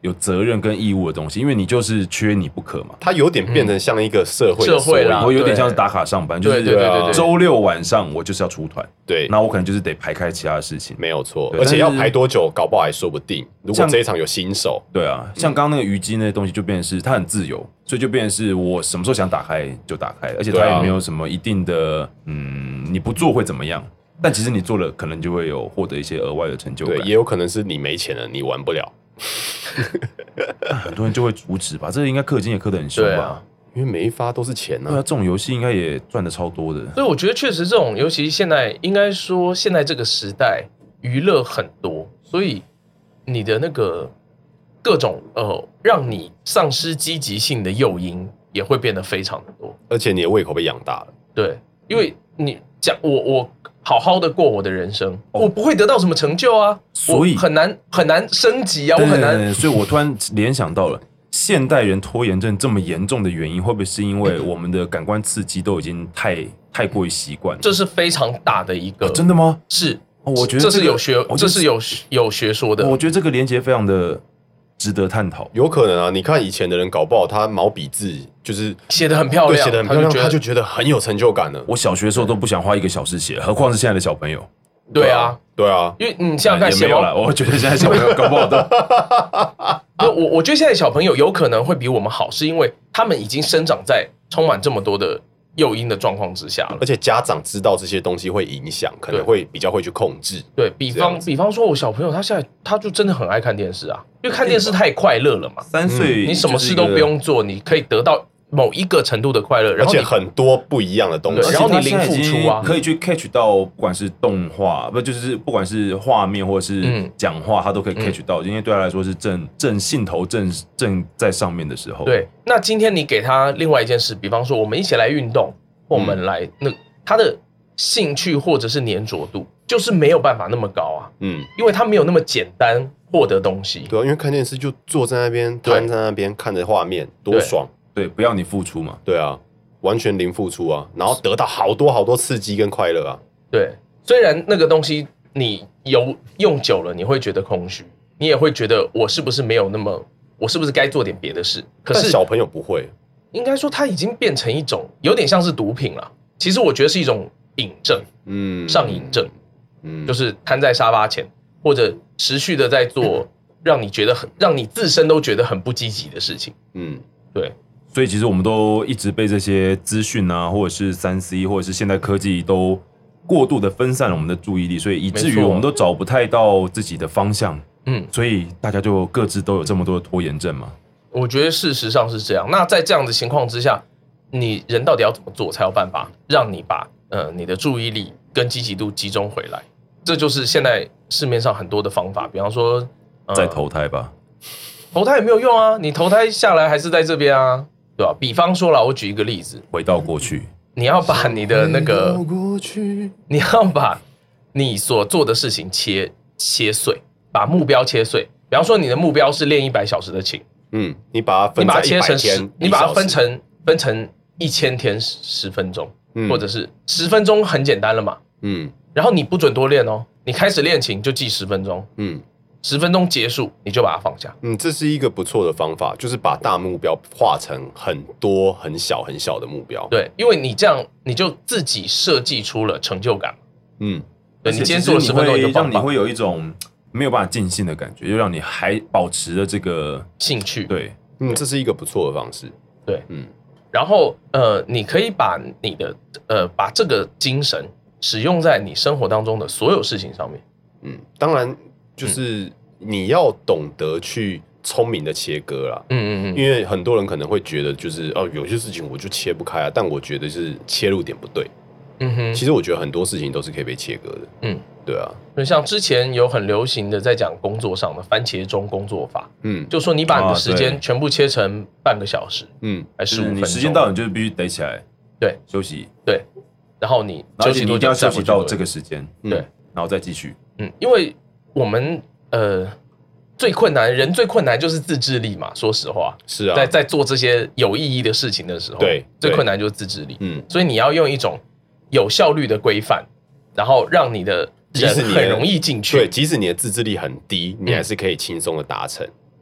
有责任跟义务的东西，因为你就是缺你不可嘛。 它有点变成像一个社会社会啦， 我有点像是打卡上班，就是周六晚上我就是要出团， 对， 那我可能就是得排开其他的事情， 没有错，而且要排多久，搞不好还说不定。如果这一场有新手， 对啊，像刚刚那个虞姬那些东西，就变成是它很自由，所以就变成是我什么时候想打开就打开，而且它也没有什么一定的，嗯，你不做会怎么样？但其实你做了，可能就会有获得一些额外的成就感。 对，也有可能是你没钱了，你玩不了。 很多人就会阻止吧，这个应该氪金也氪得很凶吧、啊？ 因为每一发都是钱啊。 对啊，这种游戏应该也赚得超多的。 所以我觉得确实这种，尤其现在应该说现在这个时代娱乐很多，所以你的那个各种呃让你丧失积极性的诱因也会变得非常的多， 而且你的胃口被养大了。 对，因为你讲我我。好好的过我的人生，哦、我不会得到什么成就啊，所以很难很难升级啊，我很难。 所以我突然联想到了，现代人拖延症这么严重的原因，会不会是因为我们的感官刺激都已经太太过于习惯了？ 这是非常大的一个， 哦、真的吗？ 是， 哦、我觉得、 这个、这是有学，这是有有学说的。 我觉得这个连结非常的值得探讨。 有可能啊，你看以前的人搞不好他毛笔字就是写得很漂亮， 写得很漂亮，他就觉得很有成就感了。 我小学的时候都不想花一个小时写，何况是现在的小朋友。 对啊， 对啊， 因为你想想看， 写毛，我觉得现在小朋友搞不好都， 我我觉得现在小朋友有可能会比我们好，是因为他们已经生长在充满这么多的诱因的状况之下了， 而且家长知道这些东西会影响，可能会比较会去控制。 对，比方，比方说，我小朋友他现在他就真的很爱看电视啊，因为看电视太快乐了嘛。 三岁、 嗯，你什么事都不用做，你可以得到某一个程度的快乐， 而且很多不一样的东西， 然后你零付出啊， 可以去 catch 到，不管是动画，不就是不管是画面或者是讲话，他都可以 catch 到，因为对他来说是正正兴头正正在上面的时候。 对，那今天你给他另外一件事，比方说我们一起来运动，或我们来那他的兴趣或者是粘着度，就是没有办法那么高啊，嗯，因为他没有那么简单获得东西。 对啊，因为看电视就坐在那边，瘫在那边看着画面，多爽。 对，不要你付出嘛。 对啊，完全零付出啊，然后得到好多好多刺激跟快乐啊。 对，虽然那个东西你有用久了，你会觉得空虚，你也会觉得我是不是没有那么，我是不是该做点别的事？可是小朋友不会， 应该说他已经变成一种有点像是毒品了。其实我觉得是一种瘾症，嗯，上瘾症，嗯，就是瘫在沙发前，或者持续的在做让你觉得很让你自身都觉得很不积极的事情，嗯，对。 所以其实我们都一直被这些资讯啊，或者是三 C， 或者是现代科技都过度的分散了我们的注意力，所以以至于我们都找不太到自己的方向。嗯，所以大家就各自都有这么多的拖延症嘛。 我觉得事实上是这样。那在这样的情况之下，你人到底要怎么做才有办法让你把呃你的注意力跟积极度集中回来？这就是现在市面上很多的方法，比方说、 呃、再投胎吧， 投胎也没有用啊，你投胎下来还是在这边啊。对吧？比方说啦，我举一个例子， 回到过去， 你要把你的那个，你要把你所做的事情切切碎，把目标切碎。比方说，你的目标是练一百小时的琴， 嗯，你把它分， 你把它切成十，你把它分成分成一千天十分钟，嗯、或者是十分钟很简单了嘛，嗯，然后你不准多练哦，你开始练琴就记十分钟，嗯。十分钟结束，你就把它放下。 嗯，这是一个不错的方法，就是把大目标化成很多很小很小的目标。 对，因为你这样，你就自己设计出了成就感。嗯，对，你今天做了十分钟，就让你会有一种没有办法尽兴的感觉，就让你还保持了这个兴趣。 对，嗯，这是一个不错的方式。 对，嗯，然后呃，你可以把你的呃，把这个精神使用在你生活当中的所有事情上面。 嗯，当然。就是你要懂得去聪明的切割啦，嗯嗯嗯，因为很多人可能会觉得就是哦，有些事情我就切不开啊，但我觉得是切入点不对，嗯哼，其实我觉得很多事情都是可以被切割的，嗯，对啊， 像之前有很流行的在讲工作上的番茄钟工作法，嗯，就说你把你的时间全部切成半个小时，嗯，还十五分钟， 你时间到你就必须得起来， 对， 休息， 对，然后你休息多久，休息到这个时间， 对， 然后再继续， 嗯，因为。我们呃最困难，人最困难就是自制力嘛。说实话， 是啊， 在在做这些有意义的事情的时候， 对， 最困难就是自制力。嗯，所以你要用一种有效率的规范，然后让你的人很容易进去。 对，即使你的自制力很低，你还是可以轻松的达成。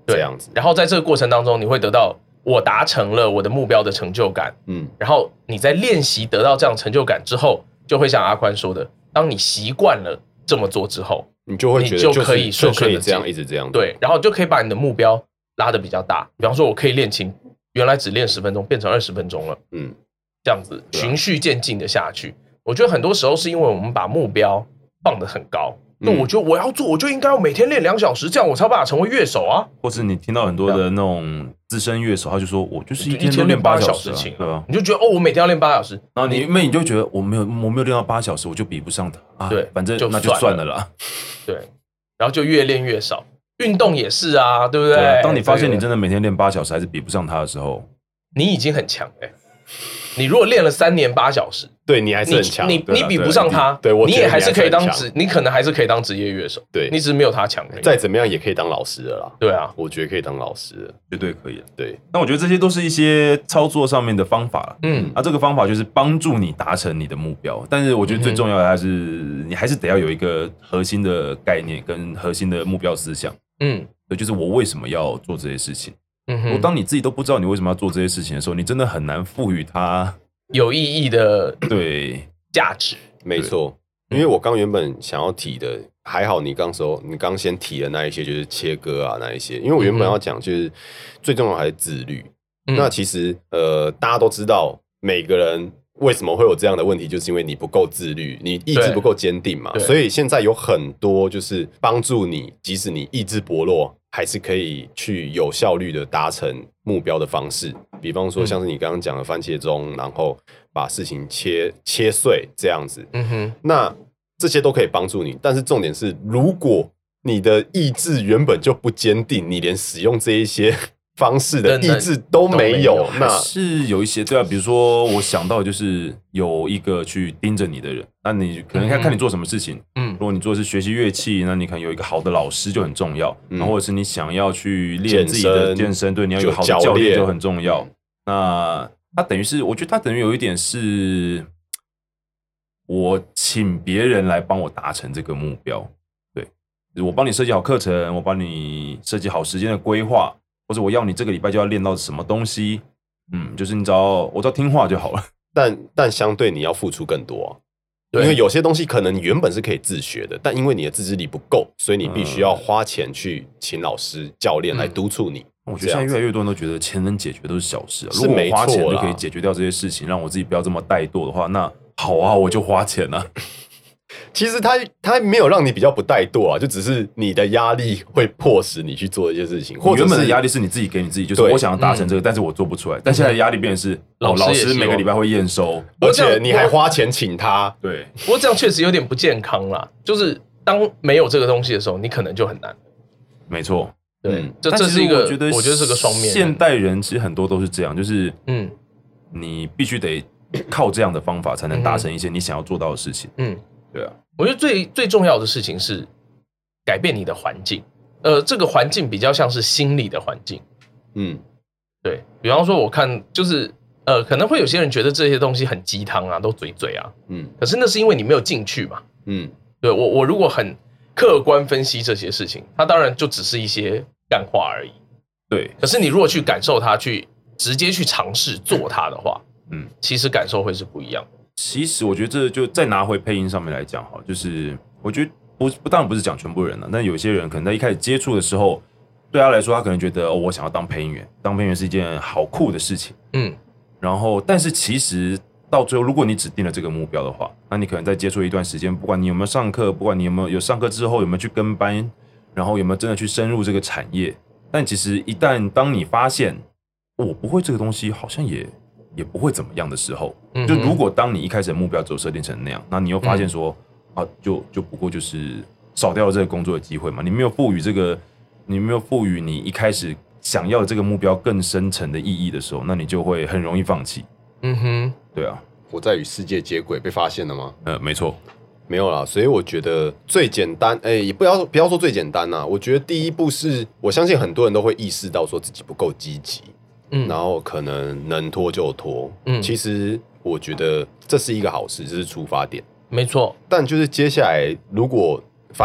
这样子。 然后在这个过程当中，你会得到我达成了我的目标的成就感。嗯，然后你在练习得到这样成就感之后，就会像阿宽说的，当你习惯了这么做之后， 你就会觉得就可以顺顺的这样一直这样。 对，然后就可以把你的目标拉得比较大。比方说，我可以练琴，原来只练十分钟，变成二十分钟了。嗯，这样子循序渐进的下去。我觉得很多时候是因为我们把目标放得很高。那我觉得我要做，我就应该要每天练两小时，这样我才有办法成为乐手啊。 或是你听到很多的那种资深乐手，他就说我就是一天都练八小时、啊， 对吧？你就觉得哦，我每天要练八小时， 然后你那你就觉得我没有我没有练到八小时，我就比不上他啊。对，反正那就算了啦。 对，然后就越练越少。运动也是啊，对不对？ 对，当你发现你真的每天练八小时还是比不上他的时候， 你已经很强哎、欸。你如果练了三年八小时， 对你还是很强， 你你你比不上他， 对，我你也还是可以当职，你可能还是可以当职业乐手， 对， 你只是没有他强。 再怎么样也可以当老师的啦， 对啊， 我觉得可以当老师的， 绝对可以的。 对， 那我觉得这些都是一些操作上面的方法，嗯，啊，这个方法就是帮助你达成你的目标，但是我觉得最重要的还是、嗯、你还是得要有一个核心的概念跟核心的目标思想，嗯，对，就是我为什么要做这些事情。嗯，我当你自己都不知道你为什么要做这些事情的时候，你真的很难赋予它有意义的对价值。 没错，因为我刚原本想要提的，还好你刚说你刚先提的那一些就是切割啊那一些，因为我原本要讲就是最重要还是自律。嗯、那其实呃大家都知道，每个人为什么会有这样的问题，就是因为你不够自律，你意志不够坚定嘛。所以现在有很多就是帮助你，即使你意志薄弱，还是可以去有效率的达成目标的方式。比方说像是你刚刚讲的番茄钟，然后把事情切切碎这样子。嗯哼，那这些都可以帮助你，但是重点是，如果你的意志原本就不坚定，你连使用这一些方式的意志都没有，那是有一些对啊，比如说我想到的就是有一个去盯着你的人，那你可能看看你做什么事情，嗯，如果你做的是学习乐器，那你可能有一个好的老师就很重要，嗯，然后或者是你想要去练自己的健身，对，你要有好的教练就很重要。那它等于是，我觉得它等于有一点是，我请别人来帮我达成这个目标，对，我帮你设计好课程，我帮你设计好时间的规划。或者我要你这个礼拜就要练到什么东西，嗯，就是你只要我只要听话就好了。 但但相对你要付出更多、啊，因为有些东西可能你原本是可以自学的，但因为你的自制力不够，所以你必须要花钱去请老师、教练来督促你。 嗯、我觉得现在越来越多人都觉得钱能解决都是小事、啊，如果我花钱就可以解决掉这些事情，让我自己不要这么怠惰的话，那好啊，我就花钱啊。 其实他他没有让你比较不怠惰啊，就只是你的压力会迫使你去做一些事情，或者原本的压力是你自己给你自己，就是我想要达成这个，但是我做不出来。但现在的压力变成是老师每个礼拜会验收， 而且你还花钱请他。 对， 不过这样确实有点不健康啦。就是当没有这个东西的时候，你可能就很难。 没错， 对，这这是一个， 我觉得我觉得是个双面。 现代人其实很多都是这样，就是嗯，你必须得靠这样的方法才能达成一些你想要做到的事情。嗯。对啊， 我觉得最最重要的事情是改变你的环境，呃，这个环境比较像是心理的环境，嗯，对，比方说我看就是呃，可能会有些人觉得这些东西很鸡汤啊，都嘴嘴啊，嗯，可是那是因为你没有进去嘛，嗯，对我我如果很客观分析这些事情，它当然就只是一些干话而已， 对， 可是你如果去感受它，去直接去尝试做它的话，嗯，其实感受会是不一样的。 其实我觉得这就再拿回配音上面来讲哈，就是我觉得不不当然不是讲全部人了，但有些人可能在一开始接触的时候，对他来说他可能觉得哦，我想要当配音员，当配音员是一件好酷的事情，嗯，然后但是其实到最后，如果你只定了这个目标的话，那你可能在接触一段时间，不管你有没有上课，不管你有没有有上课之后有没有去跟班，然后有没有真的去深入这个产业，但其实一旦当你发现我不会这个东西，好像也。也不会怎么样的时候，就如果当你一开始的目标只有设定成那样，那你又发现说、嗯、啊，就就不过就是少掉了这个工作的机会嘛，你没有赋予这个，你没有赋予你一开始想要的这个目标更深层的意义的时候，那你就会很容易放弃。嗯哼，对啊， 我在与世界接轨被发现了吗？ 呃，没错， 没有啦，所以我觉得最简单，哎、欸，也不要不要说最简单啦，我觉得第一步是我相信很多人都会意识到说自己不够积极。嗯、然后可能能拖就拖，嗯，其实我觉得这是一个好事，这是出发点， 没错。 但就是接下来，如果反正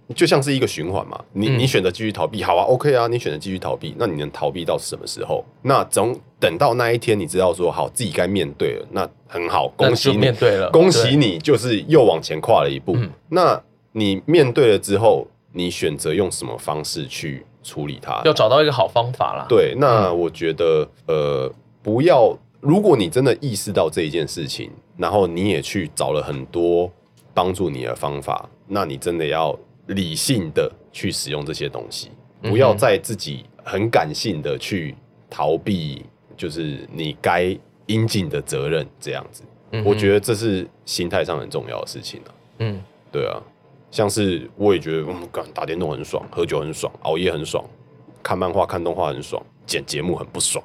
就像是一个循环嘛。你、嗯、你选择继续逃避，好啊 ，OK 啊，你选择继续逃避，那你能逃避到什么时候？那总等到那一天，你知道说好自己该面对了，那很好，恭喜你， 面对了， 恭喜你，就是又往前跨了一步。嗯、那你面对了之后，你选择用什么方式去处理它？ 要找到一个好方法啦。 对，那我觉得，嗯、呃，不要，如果你真的意识到这一件事情，然后你也去找了很多帮助你的方法，那你真的要理性的去使用这些东西，不要再自己很感性的去逃避，就是你该应尽的责任这样子。嗯、我觉得这是心态上很重要的事情啊。嗯，对啊。像是我也觉得，嗯，打电动很爽，喝酒很爽，熬夜很爽，看漫画、看动画很爽，剪节目很不爽。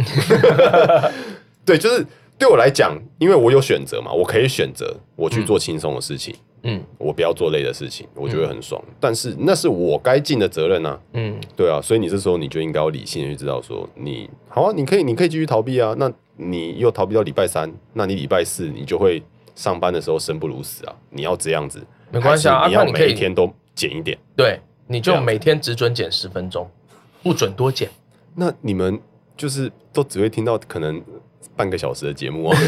对，就是对我来讲，因为我有选择嘛，我可以选择我去做轻松的事情，嗯，我不要做累的事情，我觉得很爽。嗯、但是那是我该尽的责任啊，嗯，对啊，所以你这时候你就应该要理性的去知道说，你好啊，你可以，你可以继续逃避啊。那你又逃避到礼拜三，那你礼拜四你就会上班的时候生不如死啊。你要这样子。 没关系啊， 你要每一天都减一点， 对，你就每天只准减十分钟，不准多减。 那你们就是都只会听到可能半个小时的节目哦。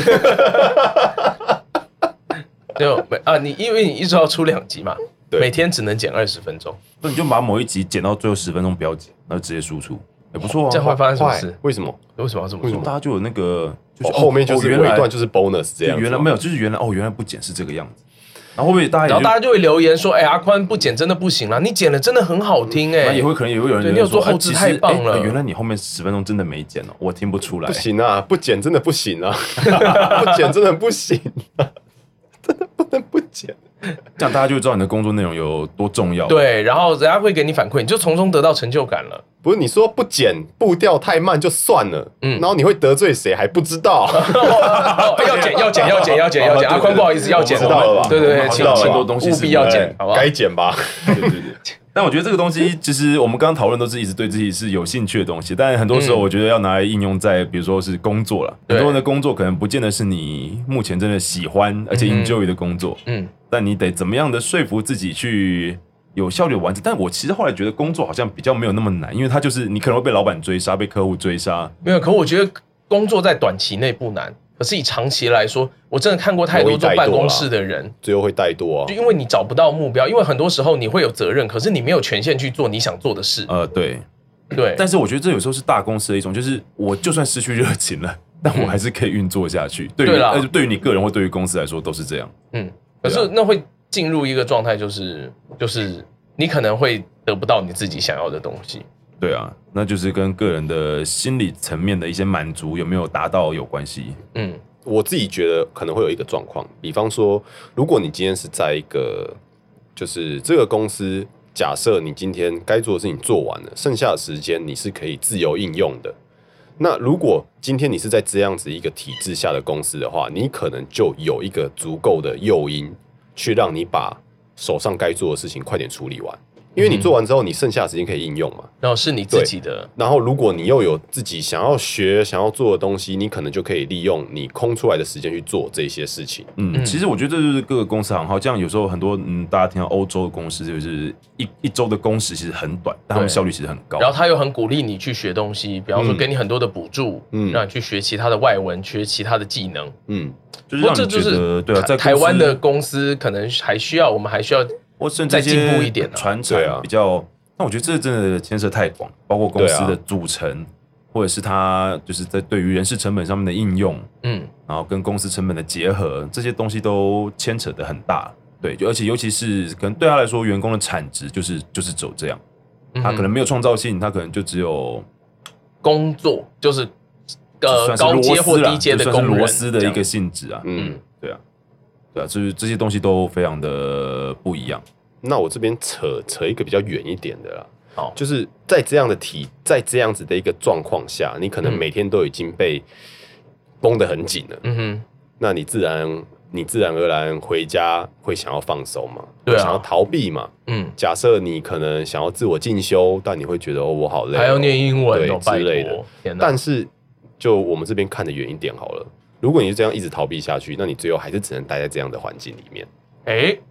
就啊，你因为你一周要出两集嘛，每天只能减二十分钟， 那你就把某一集减到最后十分钟不要减，然后直接输出，也不错啊。 这样会发生什么事？ 为什么？ 为什么要这么做？ 大家就有那个，就是后面就是有一段就是 bonus 这样子。 原来没有，就是原来哦，原来不减是这个样子。然后会不会大家， 然后大家就会留言说：“哎、欸，阿宽不剪真的不行啦，你剪了真的很好听哎、欸。” 那也会可能也会有人对你有做后置太棒了、 欸，原来你后面十分钟真的没剪哦，我听不出来。 不行啊，不剪真的不行啊，不剪真的不行、啊，真的不能不剪。 这样大家就知道你的工作内容有多重要。 对，然后人家会给你反馈，你就从中得到成就感了。 不是你说不剪步调太慢就算了，嗯，然后你会得罪谁还不知道？ 要剪要剪要剪要剪要剪，阿宽不好意思要剪， 知道了吧？ 对对对，请很多东西务必要剪，好不好？ 该剪吧。 对对对。但我觉得这个东西，其实我们刚刚讨论都是一直对自己是有兴趣的东西，但很多时候我觉得要拿来应用在，比如说是工作了。很多人的工作可能不见得是你目前真的喜欢而且 enjoy 的工作，嗯，但你得怎么样的说服自己去有效率完成。但我其实后来觉得工作好像比较没有那么难，因为它就是你可能会被老板追杀，被客户追杀。 没有，可我觉得工作在短期内不难。可是以长期来说，我真的看过太多坐办公室的人， 最后会怠惰啊， 就因为你找不到目标，因为很多时候你会有责任，可是你没有权限去做你想做的事。 呃，对， 对。 但是我觉得这有时候是大公司的一种，就是我就算失去热情了，但我还是可以运作下去。对于呃，对于你个人或对于公司来说都是这样。 嗯，可是那会进入一个状态，就是就是你可能会得不到你自己想要的东西。 对啊，那就是跟个人的心理层面的一些满足有没有达到有关系。 嗯，我自己觉得可能会有一个状况，比方说，如果你今天是在一个，就是这个公司，假设你今天该做的事情做完了，剩下的时间你是可以自由应用的。那如果今天你是在这样子一个体制下的公司的话，你可能就有一个足够的诱因，去让你把手上该做的事情快点处理完。因为你做完之后，你剩下的时间可以应用嘛， 然后是你自己的。 然后如果你又有自己想要学、想要做的东西，你可能就可以利用你空出来的时间去做这些事情。 嗯，嗯其实我觉得这就是各个公司行号，这样有时候很多嗯，大家听到欧洲的公司就是一一周的工时其实很短，但他们效率其实很高。 然后他又很鼓励你去学东西，比方说给你很多的补助，嗯，让你去学其他的外文、学其他的技能。嗯， 就是让你觉得对啊，在台湾的公司可能还需要，我们还需要或甚至再进步一点传承比较。那我觉得这真的牵涉太广，包括公司的组成，啊、或者是它就是在对于人事成本上面的应用，嗯，然后跟公司成本的结合，这些东西都牵扯得很大。对，就而且尤其是可能对他来说，员工的产值就是就是走这样，他可能没有创造性，他可能就只有工作，就是呃高阶或低阶的工人， 螺丝的一个性质啊。嗯，对啊，对啊，就是这些东西都非常的不一样。 那我这边扯扯一个比较远一点的啦，哦，就是在这样的体，在这样子的一个状况下，你可能每天都已经被绷得很紧了，嗯哼，那你自然你自然而然回家会想要放松嘛，对啊，想要逃避嘛，嗯，假设你可能想要自我进修，但你会觉得哦我好累， 还要念英文， 对之类的，但是就我们这边看得远一点好了，如果你就这样一直逃避下去，那你最后还是只能待在这样的环境里面， 哎。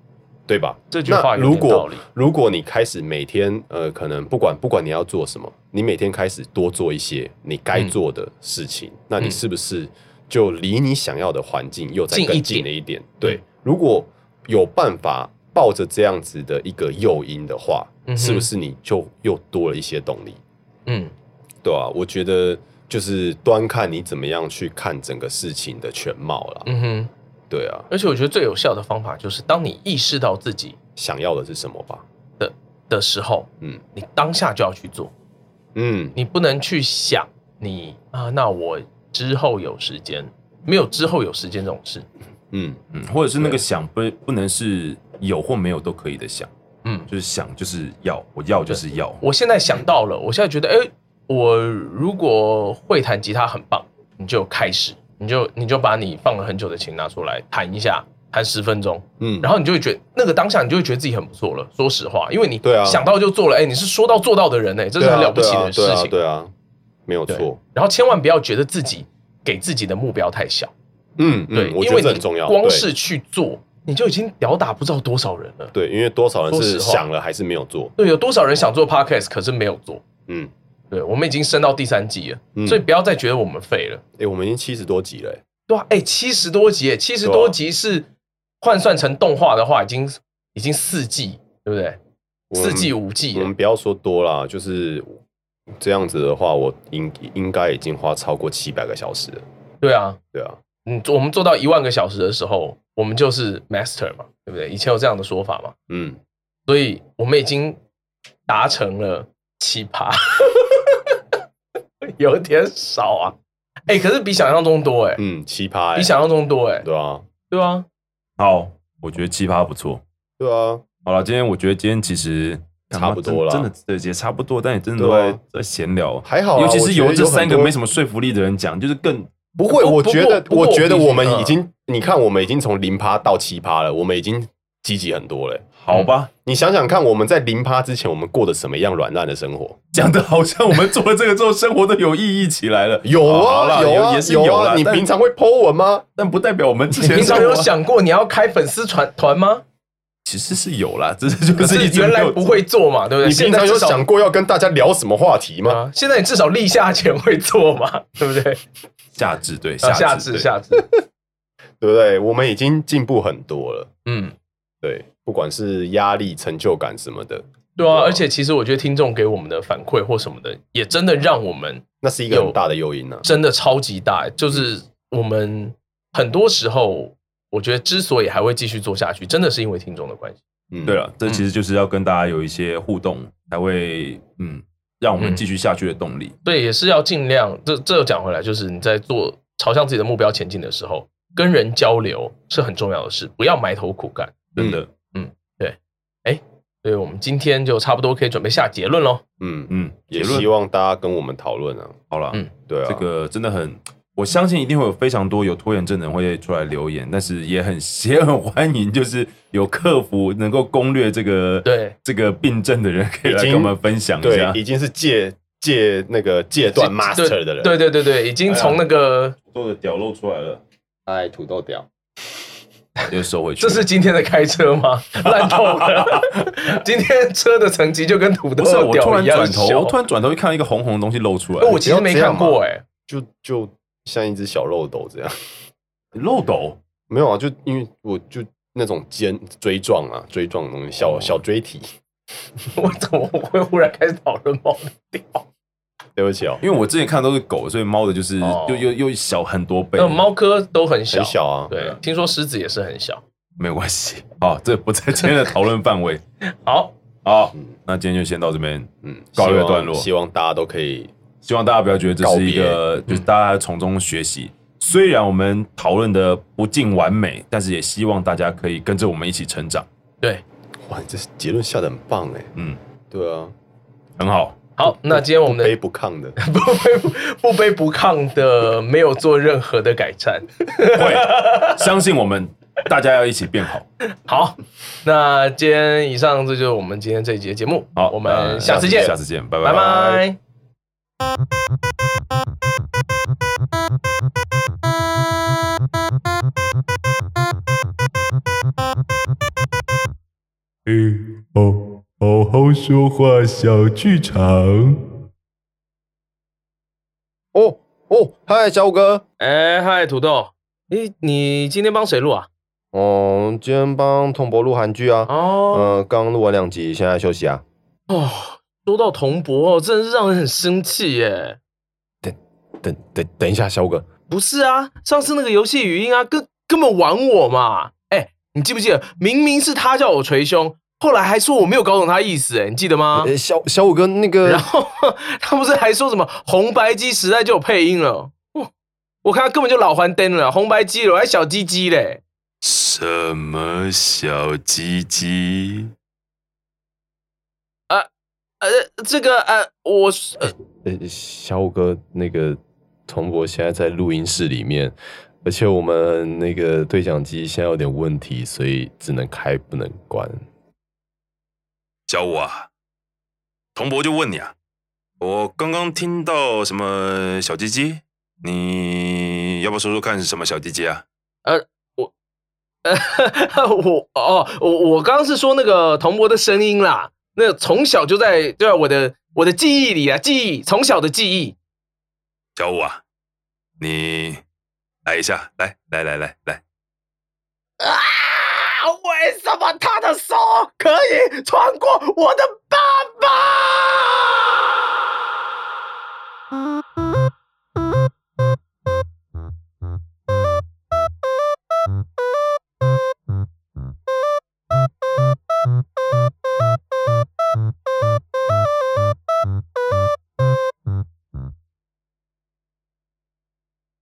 对吧？ 这句话有点道理。 如果你开始每天呃，可能不管不管你要做什么，你每天开始多做一些你该做的事情，嗯、那你是不是就离你想要的环境又再更近了一点？对，如果有办法抱着这样子的一个诱因的话，嗯、是不是你就又多了一些动力？嗯，对啊，我觉得就是端看你怎么样去看整个事情的全貌啦。嗯哼。对啊， 而且我觉得最有效的方法就是，当你意识到自己想要的是什么吧的的时候，嗯，你当下就要去做，嗯，你不能去想你啊，那我之后有时间，没有之后有时间这种事， 嗯嗯，或者是那个想不不能是有或没有都可以的想，嗯，就是想就是要，我要就是要。 我现在想到了，我现在觉得，哎，我如果会弹吉他很棒，你就开始。你就你就把你放了很久的琴拿出来弹一下，弹十分钟，嗯，然后你就会觉得那个当下你就会觉得自己很不错了。说实话，因为你想到就做了，哎、欸，你是说到做到的人哎、欸，这是很了不起的事情， 对啊，对啊对啊没有错。 然后千万不要觉得自己给自己的目标太小， 嗯，对，嗯、我觉得这很重要。 光是去做，你就已经吊打不知道多少人了。 对，因为多少人是想了还是没有做？ 对，有多少人想做 podcast 可是没有做？嗯。对，我们已经升到第三季了，嗯、所以不要再觉得我们废了。 哎、欸，我们已经七十多集了、欸。 对啊，哎、欸，七十多集，哎，七十多集是换算成动画的话，已经已经四季，对不对？四季五季。 我们不要说多啦，就是这样子的话，我应应该已经花超过七百个小时了。 对啊， 对啊， 嗯，我们做到一万个小时的时候，我们就是 master 嘛，对不对？以前有这样的说法嘛，嗯，所以我们已经达成了七趴。有点少啊，哎、欸，可是比想象中多哎、欸， 嗯，七趴、欸， 比想象中多哎、欸， 对啊， 对啊， 好，我觉得七趴不错， 对啊， 好了，今天我觉得今天其实差不多了， 真的对也差不多，但也真的都在、啊、在闲聊， 还好、啊， 尤其是由这三个没什么说服力的人讲，就是更不会，我觉得，我觉得我们已经，你看，我们已经从零趴到七趴了，我们已经积极很多了、欸。 好吧、嗯， 你想想看，我们在零趴之前，我们过的什么样软烂的生活？ 讲的好像我们做了这个之后，生活都有意义起来了。 有啊，有啊， 也是有啊。 你平常会 po 文吗？ 但不代表我们之前平常有想过你要开粉丝团团吗？ 其实是有啦，只是就是原来不会做嘛，对不对？ 你平常有想过要跟大家聊什么话题吗？ 啊、现在你至少立夏前会做嘛，对不对？ 夏至对， 夏至、啊、夏至，夏至对不对？我们已经进步很多了。嗯，对。不管是压力、成就感什么的， 对啊，而且其实我觉得听众给我们的反馈或什么的，也真的让我们那是一个很大的诱因啊， 真的超级大。就是我们很多时候，我觉得之所以还会继续做下去，真的是因为听众的关系。 嗯，对了，这其实就是要跟大家有一些互动，才会嗯让我们继续下去的动力。 嗯、对，也是要尽量。这这又讲回来，就是你在做朝向自己的目标前进的时候，跟人交流是很重要的事，不要埋头苦干， 真的。嗯哎，所以我们今天就差不多可以准备下结论咯。 嗯嗯，也希望大家跟我们讨论啊。 好了，嗯，对啊，这个真的很，我相信一定会有非常多有拖延症的人会出来留言，但是也很也很欢迎，就是有克服能够攻略这个对这个病症的人，可以来跟我们分享一下。 对，已经是戒戒那个戒断 master 的人， 对对对对，已经从那个土豆的屌露出来了。 哎，土豆屌。 又收回去。 这是今天的开车吗？烂透了！今天车的层级就跟土豆的屌一样小。 我突然转头，一看到一个红红的东西露出来。 我其实没看过哎、欸， 就就像一只小漏斗这样。 漏斗？ 没有啊，就因为我就那种尖锥状啊，锥状的东西，小、哦、小锥体。 我怎么会忽然开始讨论猫的屌？ 对不起哦， 因为我之前看的都是狗，所以猫的就是哦又又又小很多倍。 那猫科都很小， 很小啊。 对，听说狮子也是很小， 没有关系。好，这不在今天的讨论范围。 好， 好，嗯，那今天就先到这边，嗯，告一个段落。 希望大家都可以， 希望大家不要觉得这是一个，就是大家从中学习。虽然我们讨论的不尽完美，但是也希望大家可以跟着我们一起成长。 对， 哇，这结论下得很棒哎。嗯，对啊， 很好。 好，那今天我们的不卑不亢的， 不卑不卑不亢的，没有做任何的改善， 会相信我们，大家要一起变好。 好，那今天以上这就是我们今天这一集的节目。 好， 我们下次见， 下次見，拜拜拜拜。 说话小剧场。 哦哦，嗨，小五哥。 哎，嗨，土豆。诶，你今天帮谁录啊？ 哦，今天帮童博录韩剧啊。哦。呃，刚录完两集，现在休息啊。 哦，说到童博哦，真的是让人很生气耶。 等等等等一下，小五哥。 不是啊，上次那个游戏语音啊，根根本玩我嘛。哎，你记不记得，明明是他叫我捶胸，后来还说我没有搞懂他意思，哎，你记得吗？ 欸、小小五哥那个， 然后他不是还说什么红白机时代就有配音了？哦、我看他根本就老还灯了，红白机了，还小鸡鸡嘞。 什么小鸡鸡？ 呃呃，这个呃，我呃呃，小五哥那个童博现在在录音室里面。而且我们那个对讲机现在有点问题，所以只能开不能关。 小五啊，童博就问你啊，我刚刚听到什么小鸡鸡？你要不要说说看是什么小鸡鸡啊？ 呃，我呃我哦，我我刚刚是说那个童博的声音啦，那个从小就在对吧？我的我的记忆里啊，记忆从小的记忆。 小五啊，你。来一下，来来来来来！ 啊！为什么他的手可以穿过我的